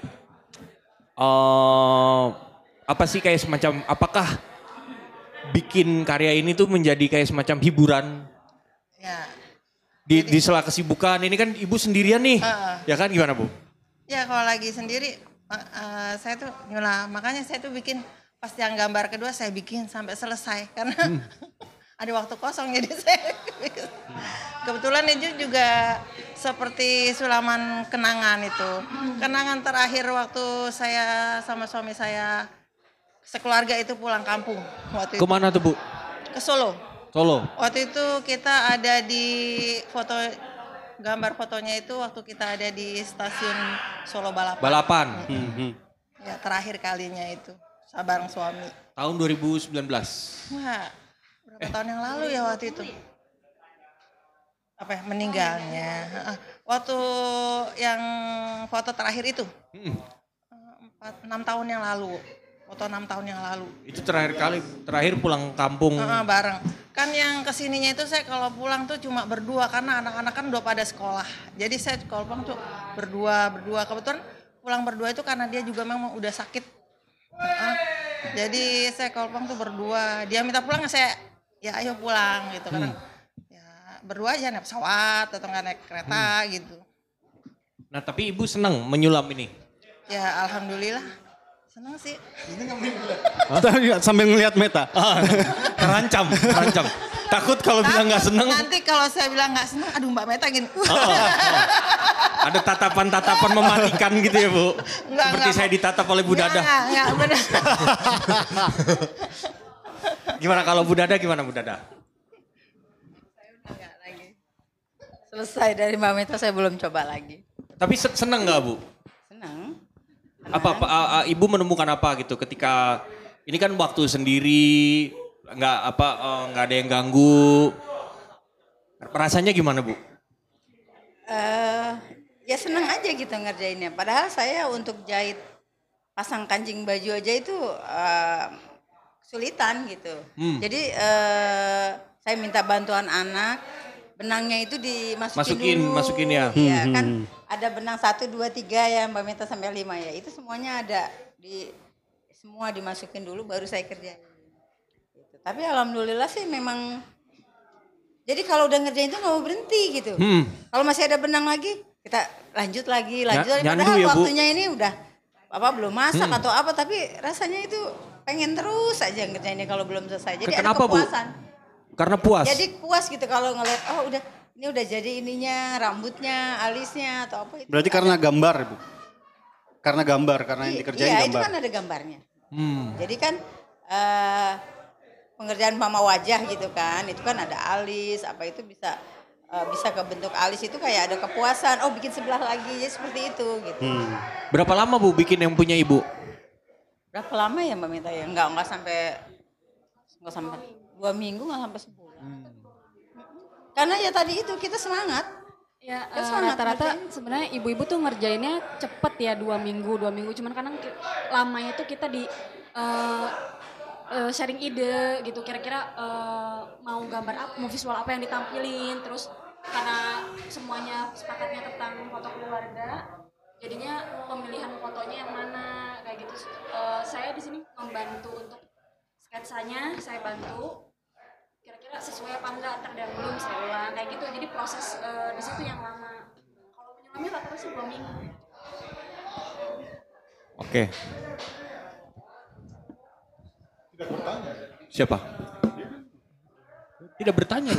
Uh, apa sih kayak semacam, apakah bikin karya ini tuh menjadi kayak semacam hiburan? Ya. Di, di sela kesibukan ini kan ibu sendirian nih, Uh, ya kan gimana Bu? Ya kalau lagi sendiri, uh, saya tuh nyulam. Makanya saya tuh bikin pas yang gambar kedua saya bikin sampai selesai karena hmm. ada waktu kosong jadi saya. Kebetulan itu juga seperti sulaman kenangan itu. Kenangan terakhir waktu saya sama suami saya sekeluarga itu pulang kampung. Waktu Kemana itu. tuh Bu? Ke Solo. Solo. Waktu itu kita ada di foto gambar fotonya itu waktu kita ada di stasiun Solo Balapan. Balapan. Hmm. Hmm. Ya terakhir kalinya itu saya bareng suami. Tahun dua ribu sembilan belas. Wah, berapa eh. tahun yang lalu ya waktu itu? Apa ya, meninggalnya. Waktu yang foto terakhir itu. Hmm. empat, enam tahun yang lalu. Foto enam tahun yang lalu. Itu terakhir kali, terakhir pulang kampung. Uh, bareng. Kan yang kesininya itu saya kalau pulang tuh cuma berdua karena anak-anak kan udah pada sekolah. Jadi saya kalau pulang tuh berdua, berdua. Kebetulan pulang berdua itu karena dia juga memang udah sakit. Uh, jadi saya kalau pulang tuh berdua. Dia minta pulang saya, ya ayo pulang gitu. Karena hmm. ya berdua aja naik pesawat atau nggak naik kereta hmm. gitu. Nah tapi ibu senang menyulam ini? Ya alhamdulillah. Senang sih. Sambil ngelihat Meta. Ah, terancam, terancam. Takut kalau bilang nggak senang. Nanti kalau saya bilang nggak senang, aduh Mbak Meta gini. Oh, oh, oh. Ada tatapan-tatapan mematikan gitu ya Bu? Enggak, Seperti enggak, saya ditatap oleh Bu Dada. Enggak, enggak, benar. Gimana kalau Bu Dada, gimana Bu Dada? Enggak lagi. Selesai dari Mbak Meta saya belum coba lagi. Tapi senang nggak Bu? Senang. Apa, apa uh, ibu menemukan apa gitu ketika ini kan waktu sendiri nggak apa nggak uh, ada yang ganggu, rasanya gimana Bu? Uh, ya senang aja gitu ngerjainnya. Padahal saya untuk jahit pasang kancing baju aja itu uh, kesulitan gitu. Hmm. Jadi uh, saya minta bantuan anak. Benangnya itu dimasukin masukin, dulu. Masukin ya. Iya kan ada benang satu, dua, tiga ya Mbak Meta sampai lima ya. Itu semuanya ada di semua dimasukin dulu baru saya kerjain. Gitu. Tapi alhamdulillah sih memang. Jadi kalau udah ngerjain itu nggak mau berhenti gitu. Hmm. Kalau masih ada benang lagi kita lanjut lagi, lanjut lagi. Padahal ya, waktunya ini udah apa belum masak hmm. atau apa. Tapi rasanya itu pengen terus aja ngerjainnya kalau belum selesai. Jadi Kenapa, ada kepuasan. Bu? Karena puas. Jadi puas gitu kalau ngeliat oh udah ini udah jadi ininya rambutnya, alisnya atau apa itu. Berarti karena gambar Bu? Karena gambar, karena yang dikerjain iya, gambar. Iya itu kan ada gambarnya. Hmm. Jadi kan uh, pengerjaan mama wajah gitu kan, itu kan ada alis, apa itu bisa uh, bisa ke bentuk alis itu kayak ada kepuasan. Oh bikin sebelah lagi, jadi seperti itu gitu. Hmm. Berapa lama Bu bikin yang punya Ibu? Berapa lama ya Mbak Mita ya? Enggak, enggak sampai, enggak sampai. Dua minggu nggak sampai sebulan. Hmm. Karena ya tadi itu kita semangat. Ya uh, rata-rata sebenarnya ibu-ibu tuh ngerjainnya cepet ya dua minggu dua minggu. Cuman kadang lamanya itu kita di uh, uh, sharing ide gitu. Kira-kira uh, mau gambar apa, mau visual apa yang ditampilin. Terus karena semuanya sepakatnya tentang foto keluarga, jadinya pemilihan fotonya yang mana kayak gitu. Uh, saya di sini membantu untuk sketsanya, saya bantu. Kira-kira sesuai apa enggak, ntar dan belum saya ulang kayak gitu. Jadi proses uh, di situ yang lama. Kalau penyelamnya rata-rata sih dua minggu. Oke. Tidak bertanya. Siapa? Tidak bertanya.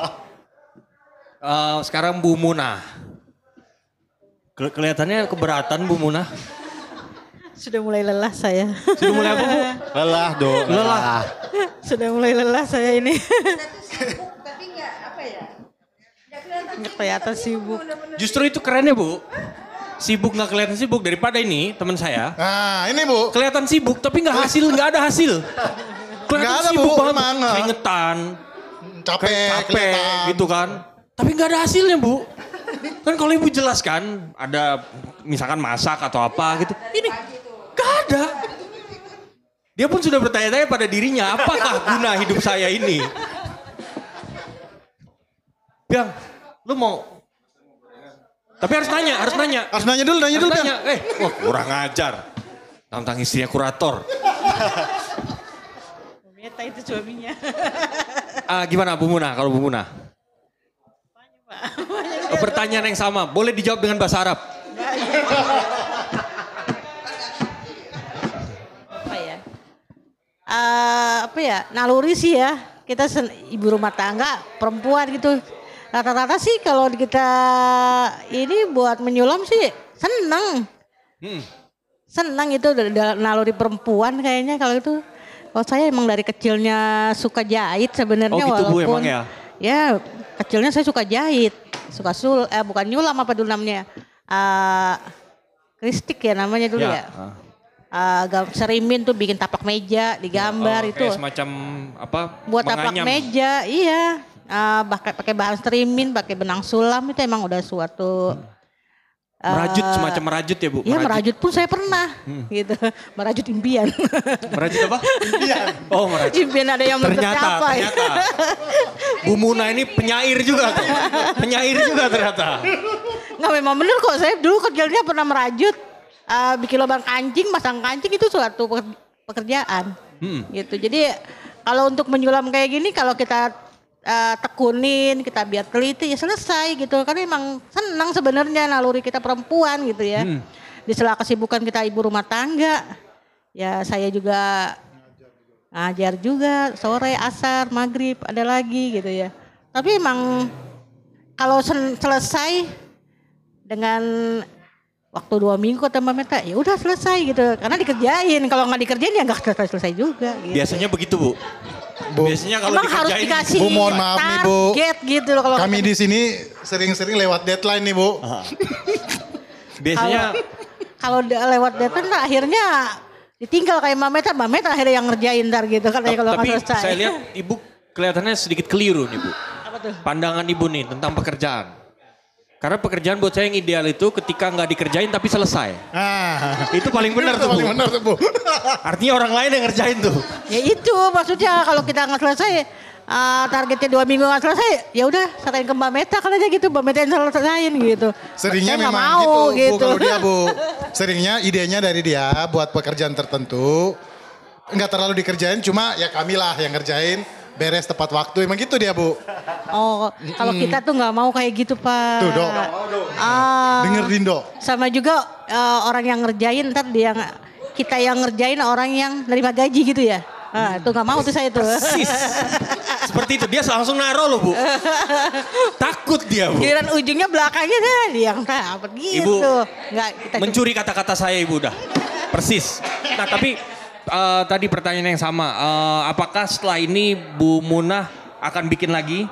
uh, sekarang Bu Munah. Ke- kelihatannya keberatan Bu Munah. Sudah mulai lelah saya. Sudah mulai apa Bu? Lelah dong. Lelah. Sudah mulai lelah saya ini. Tapi enggak apa ya? Enggak kelihatan sibuk. Justru itu kerennya Bu. Sibuk nggak kelihatan sibuk daripada ini teman saya. Nah ini Bu. Kelihatan sibuk tapi nggak hasil, nggak ada hasil. Nggak ada Bu, banget. Keringetan. Capek, capek gitu kan. Tapi nggak ada hasilnya Bu. Kan kalau Ibu jelaskan ada misalkan masak atau apa gitu. Ini nggak ada. Dia pun sudah bertanya-tanya pada dirinya, apakah guna hidup saya ini? Biang, lu mau? Tapi harus nanya, harus nanya. Harus nanya dulu, nanya harus dulu. Nanya. Eh, wah kurang ajar. Tentang istrinya kurator. Meta itu suaminya. Ah, gimana Bu Munah, kalau Bu Munah? Apanya Pak? Pertanyaan yang sama, boleh dijawab dengan bahasa Arab. Apa ya? Uh, apa ya? Naluri sih ya. Kita sen- ibu rumah tangga, perempuan gitu. Rata-rata sih kalau kita ini buat menyulam sih seneng. Hmm. Senang itu naluri perempuan kayaknya kalau itu. Kalau saya emang dari kecilnya suka jahit sebenarnya. Oh gitu walaupun, Bu emang ya? Ya kecilnya saya suka jahit. Suka sul, eh bukan nyulam apa dulu namanya. Uh, kristik ya namanya dulu ya. ya. Uh, serimin tuh bikin tapak meja digambar oh, itu. Kayak semacam apa? Buat menganyam. tapak meja, iya. Uh, pakai pakai bahan serimin, pakai benang sulam itu emang udah suatu merajut, uh, semacam merajut ya Bu? Iya merajut, merajut pun saya pernah hmm. gitu. Merajut impian. Merajut apa? Impian. Oh merajut. Impian ada yang ternyata, tercapai. Ternyata. Bu Muna ini penyair juga tuh. Penyair juga ternyata. Nggak memang bener kok, saya dulu kecilnya pernah merajut. Uh, bikin lubang kancing, masang kancing itu suatu pekerjaan. Hmm. Gitu. Jadi kalau untuk menyulam kayak gini kalau kita Uh, tekunin, kita biar teliti ya selesai gitu. Karena emang senang sebenarnya naluri kita perempuan gitu ya. Hmm. Di sela kesibukan kita ibu rumah tangga. Ya saya juga ngajar juga sore, asar, maghrib ada lagi gitu ya. Tapi emang kalau sen- selesai dengan waktu dua minggu kata Mbak Meta, ya udah selesai gitu. Karena dikerjain. Kalau nggak dikerjain ya nggak selesai selesai juga. Gitu. Biasanya begitu Bu. Bu. Biasanya kalau emang harus dikasih Bu mohon maaf nih Bu. Gitu loh, kalau kami di sini sering-sering lewat deadline nih Bu. Biasanya kalau lewat deadline akhirnya ditinggal kayak Mbak Meta, Mbak Meta akhirnya yang ngerjain ntar gitu kan. T- kalau tapi selesai. Saya lihat Ibu kelihatannya sedikit keliru nih Bu. Apa tuh? Pandangan Ibu nih tentang pekerjaan. Karena pekerjaan buat saya yang ideal itu ketika nggak dikerjain tapi selesai. Ah, itu paling benar tuh Bu. Paling benar tuh Bu. Artinya orang lain yang ngerjain tuh. Ya itu maksudnya kalau kita nggak selesai, uh, targetnya dua minggu nggak selesai, ya udah serahin ke Mbak Meta kan aja gitu, Mbak Meta yang selesaiin gitu. Seringnya saya memang mau, gitu, gitu. Bu kalau dia Bu. Seringnya idenya dari dia buat pekerjaan tertentu, nggak terlalu dikerjain, cuma ya kamilah yang ngerjain. Beres tepat waktu, emang gitu dia Bu. Oh, kalau kita tuh nggak mau kayak gitu Pak. Tuh Dok, ah, dengerin Dok. Sama juga uh, orang yang ngerjain, ntar dia kita yang ngerjain orang yang nerima gaji gitu ya. Nah, itu nggak mau tuh saya tuh. Persis. Seperti itu, dia langsung naruh loh Bu. Takut dia Bu. Giliran ujungnya belakangnya dah dia yang dapat gitu. Ibu nggak, kita mencuri kata-kata saya Ibu dah. Persis. Nah tapi Uh, tadi pertanyaan yang sama, uh, apakah setelah ini Bu Munah akan bikin lagi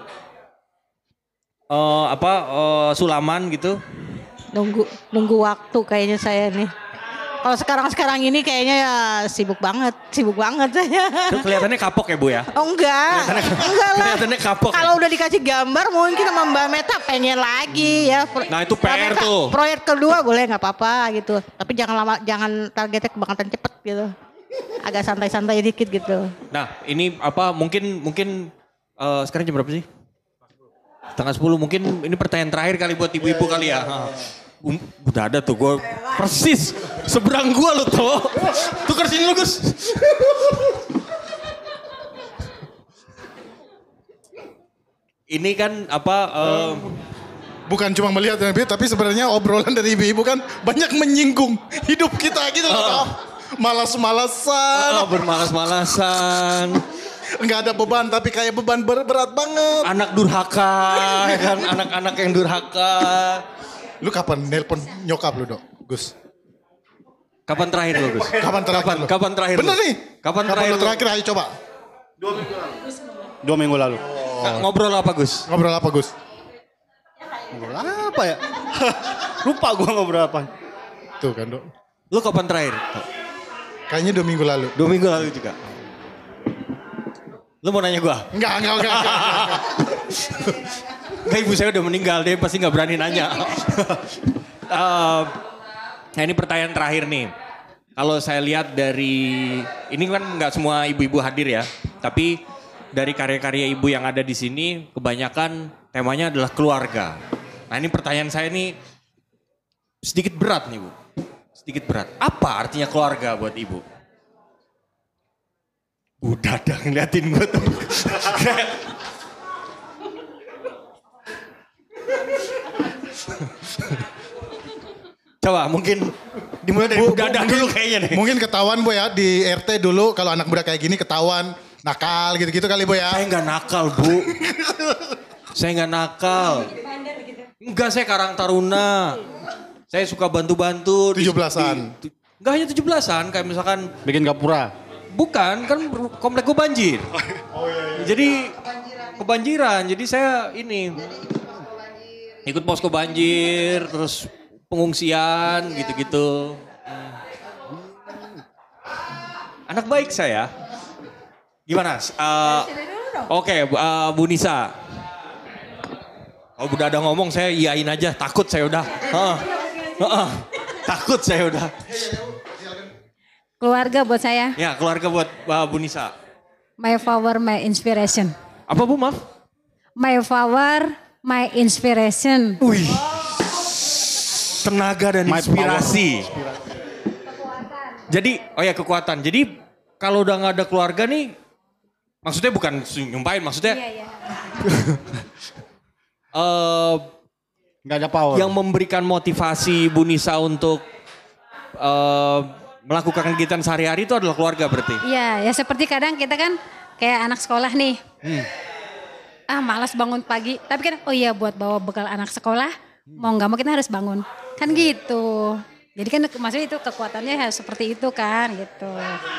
uh, apa uh, sulaman gitu? Nunggu nunggu waktu kayaknya saya nih. Kalau sekarang-sekarang ini kayaknya ya sibuk banget, sibuk banget saya. Kelihatannya kapok ya Bu ya? Oh enggak, enggak lah. Kelihatannya kapok. Kalau udah dikasih gambar mungkin sama Mbak Meta pengen lagi ya. Nah itu P R Meta, tuh. Proyek kedua boleh nggak apa-apa gitu. Tapi jangan lama, jangan targetnya kebangetan cepet gitu. Agak santai-santai dikit gitu. Nah ini apa mungkin mungkin uh, sekarang jam berapa sih? Setengah sepuluh mungkin ini pertanyaan terakhir kali buat ibu-ibu kali ya. Um, udah ada tuh gue persis seberang gue lo tuh. Tukar sini lo Gus. Ini kan apa? Um, Bukan cuma melihat tapi sebenarnya obrolan dari ibu-ibu kan banyak menyinggung hidup kita gitu loh. Uh. Malas-malasan. Oh, bermalas-malasan. Enggak ada beban tapi kayak beban ber berat banget. Anak durhaka, ya kan? Anak-anak yang durhaka. Lu kapan nelpon nyokap lu Dok, Gus? Kapan terakhir lu Gus? Kapan terakhir Kapan, lu? kapan terakhir Bener lu? nih? Kapan, kapan terakhir lu lu? terakhir ayo coba. Dua minggu lalu. Dua minggu lalu. Oh. Ngobrol apa Gus? Ngobrol apa Gus? Ngobrol apa ya? Lupa gua ngobrol apa. Tuh kan Dok. Lu kapan terakhir? Kayaknya dua minggu lalu. Dua minggu lalu juga. Lu mau nanya gua? Enggak, enggak, enggak. enggak, enggak. Enggak, ibu saya udah meninggal, dia pasti gak berani nanya. uh, nah ini pertanyaan terakhir nih. Kalau saya lihat dari, ini kan gak semua ibu-ibu hadir ya. Tapi dari karya-karya ibu yang ada di sini, kebanyakan temanya adalah keluarga. Nah ini pertanyaan saya nih sedikit berat nih Bu. Sedikit berat. Apa artinya keluarga buat ibu? Udah dah ngeliatin gue tuh. Coba mungkin dimulai dari Bu Dadah dulu kayaknya nih. Mungkin ketahuan Bu ya di R T dulu kalau anak muda kayak gini ketahuan nakal gitu-gitu kali Bu ya. Saya nggak nakal Bu. Saya nggak nakal. Enggak, saya Karang Taruna. Saya suka bantu-bantu. tujuh belasan. Enggak hanya tujuh belasan, kayak misalkan bikin gapura. Bukan, kan komplek gue banjir. Oh iya, iya. Jadi kebanjiran, jadi saya ini ikut posko banjir, terus pengungsian gitu-gitu. Anak baik saya. Gimana? Uh, Oke, okay, uh, Bu Nisa. Kalau udah ada ngomong saya iyain aja, takut saya udah. Uh, uh, uh, takut saya udah. Keluarga buat saya. Ya, keluarga buat uh, Bu Nisa. My power, my inspiration. Apa Bu, maaf? My power, my inspiration. Wih. Tenaga dan inspirasi. Jadi, oh ya kekuatan. Jadi kalau udah nggak ada keluarga nih, maksudnya bukan nyumpain, maksudnya. Iya, iya. uh, Gak ada power. Yang memberikan motivasi Bu Nisa untuk uh, melakukan kegiatan sehari-hari itu adalah keluarga berarti? Iya, ya seperti kadang kita kan kayak anak sekolah nih. Hmm. Ah malas bangun pagi, tapi kan oh iya buat bawa bekal anak sekolah, mau nggak mau kita harus bangun. Kan gitu. Jadi kan maksudnya itu kekuatannya harus seperti itu kan gitu.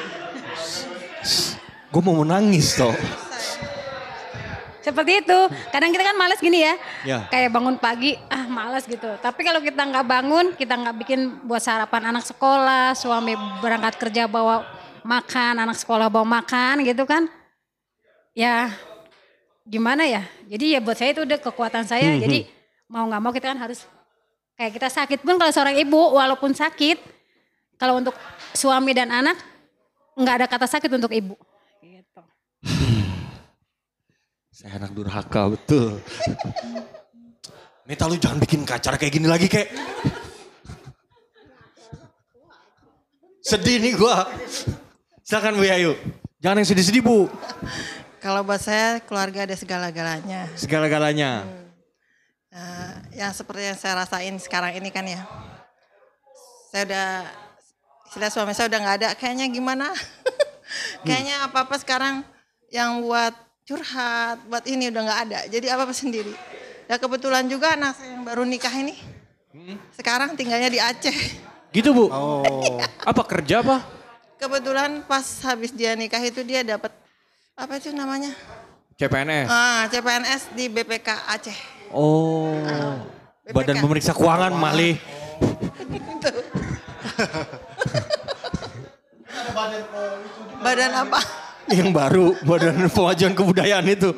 Gue mau menangis toh. Seperti itu. Kadang kita kan malas gini ya. Ya. Kayak bangun pagi, ah malas gitu. Tapi kalau kita nggak bangun, kita nggak bikin buat sarapan anak sekolah, suami berangkat kerja bawa makan, anak sekolah bawa makan gitu kan. Ya gimana ya. Jadi ya buat saya itu udah kekuatan saya. Hmm. Jadi mau nggak mau kita kan harus, kayak kita sakit pun kalau seorang ibu walaupun sakit, kalau untuk suami dan anak nggak ada kata sakit untuk ibu. Gitu. Saya anak durhaka betul. Meta lu jangan bikin acara kayak gini lagi kek. Sedih nih gua. Silakan Bu Yayu. Jangan yang sedih-sedih Bu. Kalau buat saya keluarga ada segala-galanya. Segala-galanya. Hmm. Nah, yang seperti yang saya rasain sekarang ini kan ya. Saya udah, istilah suami saya udah gak ada. Kayaknya gimana? Kayaknya apa-apa sekarang yang buat curhat, buat ini udah gak ada. Jadi apa-apa sendiri. Ya kebetulan juga anak saya yang baru nikah ini. Hmm. Sekarang tinggalnya di Aceh. Gitu Bu? Oh. Apa kerja apa? Kebetulan pas habis dia nikah itu dia dapat apa itu namanya? C P N S. Ah, C P N S di B P K Aceh. Oh. Uh, Badan Pemeriksa Keuangan Malih. Badan apa? Yang baru, Badan Pemajuan Kebudayaan itu.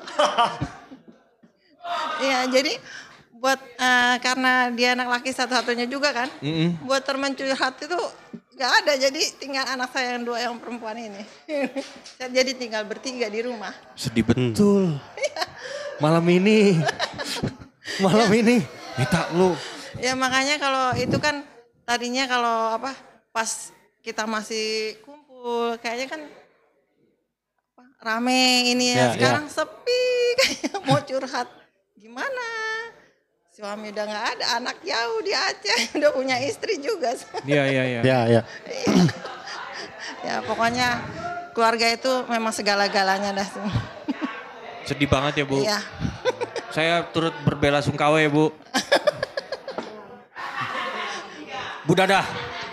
Iya, jadi buat uh, karena dia anak laki satu-satunya juga kan, mm-hmm. buat teman curhat itu gak ada. Jadi tinggal anak saya yang dua yang perempuan ini. Jadi tinggal bertiga di rumah. Sedih betul. Malam ini, malam ya. Ini, minta lu. Ya makanya kalau itu kan tadinya kalau apa pas kita masih kumpul kayaknya kan apa, rame ini ya. Ya sekarang ya. Sepi kayak mau curhat gimana? Suami udah nggak ada, anak jauh di Aceh, udah punya istri juga. Iya iya iya. Iya iya. Ya pokoknya keluarga itu memang segala-galanya dah. Sedih banget ya Bu. Iya. Saya turut berbela-sungkawa ya Bu. Bu Dadah.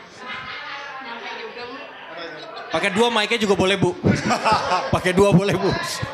Pakai dua mic-nya juga boleh Bu. Pakai dua boleh Bu.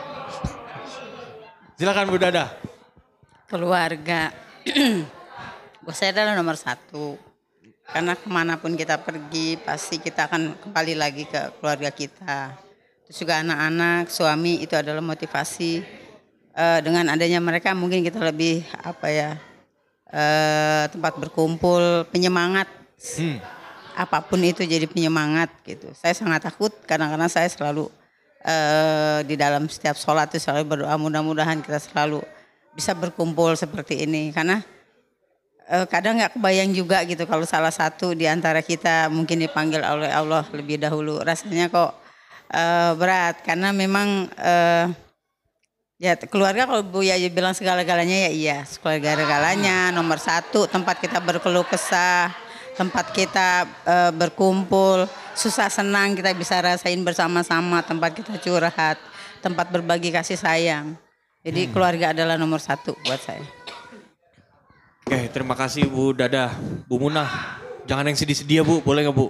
Silakan Bu Dadah. Keluarga. Buat saya adalah nomor satu. Karena kemanapun kita pergi pasti kita akan kembali lagi ke keluarga kita. Terus juga anak-anak, suami itu adalah motivasi. Uh, dengan adanya mereka mungkin kita lebih apa ya uh, tempat berkumpul, penyemangat. Hmm. Apapun itu jadi penyemangat gitu. Saya sangat takut kadang-kadang saya selalu uh, di dalam setiap sholat itu selalu berdoa mudah-mudahan kita selalu bisa berkumpul seperti ini karena eh, kadang nggak kebayang juga gitu kalau salah satu di antara kita mungkin dipanggil oleh Allah lebih dahulu rasanya kok eh, berat karena memang eh, Ya keluarga kalau Bu Yayu bilang segala-galanya ya iya. Segala-galanya nomor satu tempat kita berkeluh kesah. Tempat kita e, berkumpul. Susah senang kita bisa rasain bersama-sama. Tempat kita curhat. Tempat berbagi kasih sayang. Jadi hmm. keluarga adalah nomor satu buat saya. Oke, terima kasih Bu Dadah. Bu Munah, jangan yang sedih-sedih ya Bu, boleh gak Bu?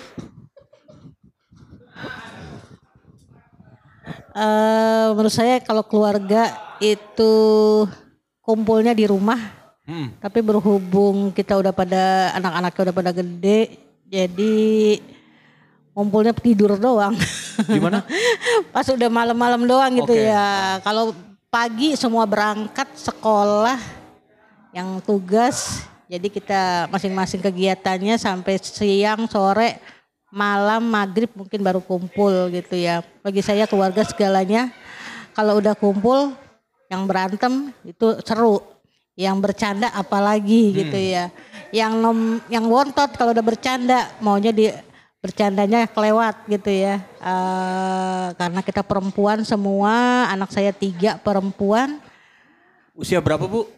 Uh, menurut saya kalau keluarga itu kumpulnya di rumah, hmm. tapi berhubung kita udah pada anak-anaknya udah pada gede, jadi kumpulnya tidur doang. Gimana? Pas udah malam-malam doang gitu okay. ya. Kalau pagi semua berangkat sekolah, yang tugas, jadi kita masing-masing kegiatannya sampai siang, sore. Malam, maghrib mungkin baru kumpul gitu ya. Bagi saya keluarga segalanya. Kalau udah kumpul, yang berantem itu seru. Yang bercanda apalagi hmm. gitu ya. Yang nom, yang wontot kalau udah bercanda maunya di bercandanya kelewat gitu ya. Uh, karena kita perempuan semua, anak saya tiga perempuan. Usia berapa Bu?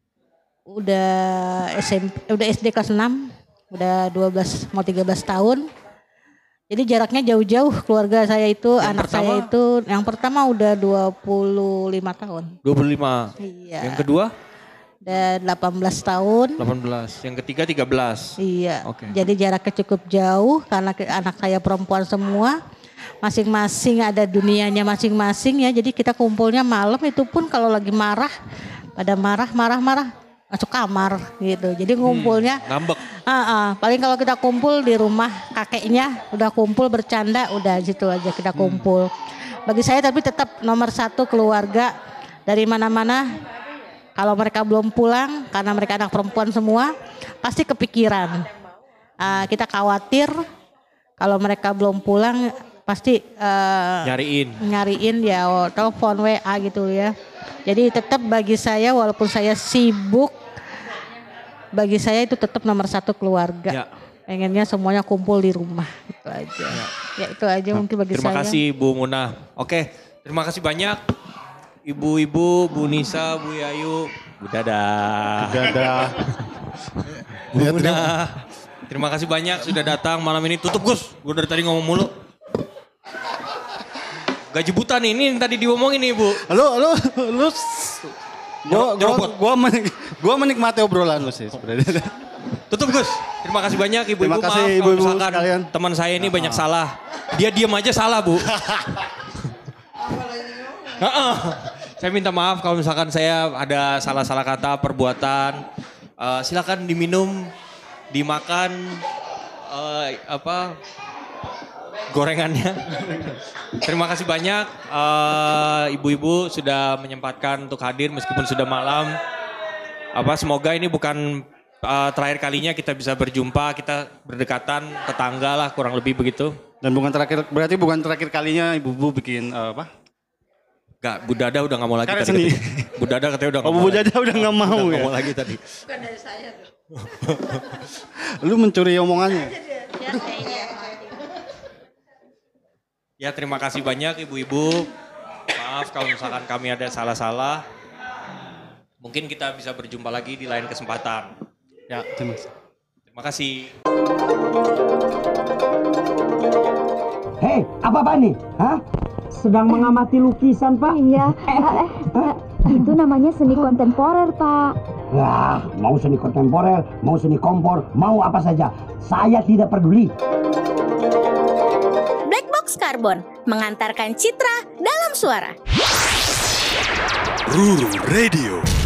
Udah S M P, udah S D kelas enam, udah dua belas mau tiga belas tahun. Jadi jaraknya jauh-jauh keluarga saya itu, yang anak pertama, saya itu yang pertama udah dua puluh lima tahun. dua puluh lima? Iya. Yang kedua? Dan delapan belas tahun. delapan belas. Yang ketiga tiga belas. Iya. Oke. Okay. Jadi jaraknya cukup jauh karena anak saya perempuan semua. Masing-masing ada dunianya masing-masing ya. Jadi kita kumpulnya malam itu pun kalau lagi marah, pada marah, marah, marah. Masuk kamar gitu, jadi ngumpulnya hmm, ngambek. Uh, uh, paling kalau kita kumpul di rumah kakeknya, udah kumpul bercanda, udah situ aja kita kumpul. Hmm. Bagi saya tapi tetap nomor satu keluarga dari mana-mana. Kalau mereka belum pulang, karena mereka anak perempuan semua, pasti kepikiran. Uh, kita khawatir kalau mereka belum pulang, pasti uh, nyariin, nyariin ya, oh, telepon W A gitu ya. Jadi tetap bagi saya walaupun saya sibuk, bagi saya itu tetap nomor satu keluarga. Ya. Pengennya semuanya kumpul di rumah, itu aja. Ya, ya itu aja nah, mungkin bagi terima saya. Terima kasih Bu Munah. Oke, terima kasih banyak Ibu-ibu, Bu Nisa, Bu Yayu, Bu Dadah. Bu Dadah. Bu Munah. Terima kasih banyak sudah datang malam ini. Tutup Gus, gue dari tadi ngomong mulu. Gaji buta nih, ini yang tadi diomongin nih Bu. Halo, halo, lu. Gua, gua, gua, menik, gua menikmati obrolan lu sih sebenarnya. Tutup Gus, terima kasih banyak ibu-ibu. Terima kasih maaf ibu-ibu misalkan sekalian. Teman saya ini banyak salah. Dia diam aja salah Bu. Saya minta maaf kalau misalkan saya ada salah-salah kata, perbuatan. Uh, silakan diminum, dimakan, uh, apa... gorengannya. Terima kasih banyak uh, ibu-ibu sudah menyempatkan untuk hadir meskipun sudah malam. Apa semoga ini bukan uh, terakhir kalinya kita bisa berjumpa, kita berdekatan, tetangga lah kurang lebih begitu. Dan bukan terakhir, berarti bukan terakhir kalinya ibu-ibu bikin uh, apa? Gak, Bu Dada udah gak mau lagi karya tadi. Seni. Bu Dada katanya udah gak oh, mau. Bu Dada udah gak mau udah ya? Gak mau lagi tadi. Bukan dari saya tuh. Lu mencuri omongannya. Ya, kayaknya. Ya terima kasih banyak ibu-ibu. Maaf kalau misalkan kami ada salah-salah. Mungkin kita bisa berjumpa lagi di lain kesempatan. Ya terima kasih. Terima kasih. Hei, apa-apa nih? Hah? Sedang mengamati lukisan, Pak? Iya. Eh, eh, eh, itu namanya seni kontemporer, Pak. Wah, mau seni kontemporer, mau seni kompor, mau apa saja. Saya tidak peduli. Karbon mengantarkan citra dalam suara. Ruru Radio.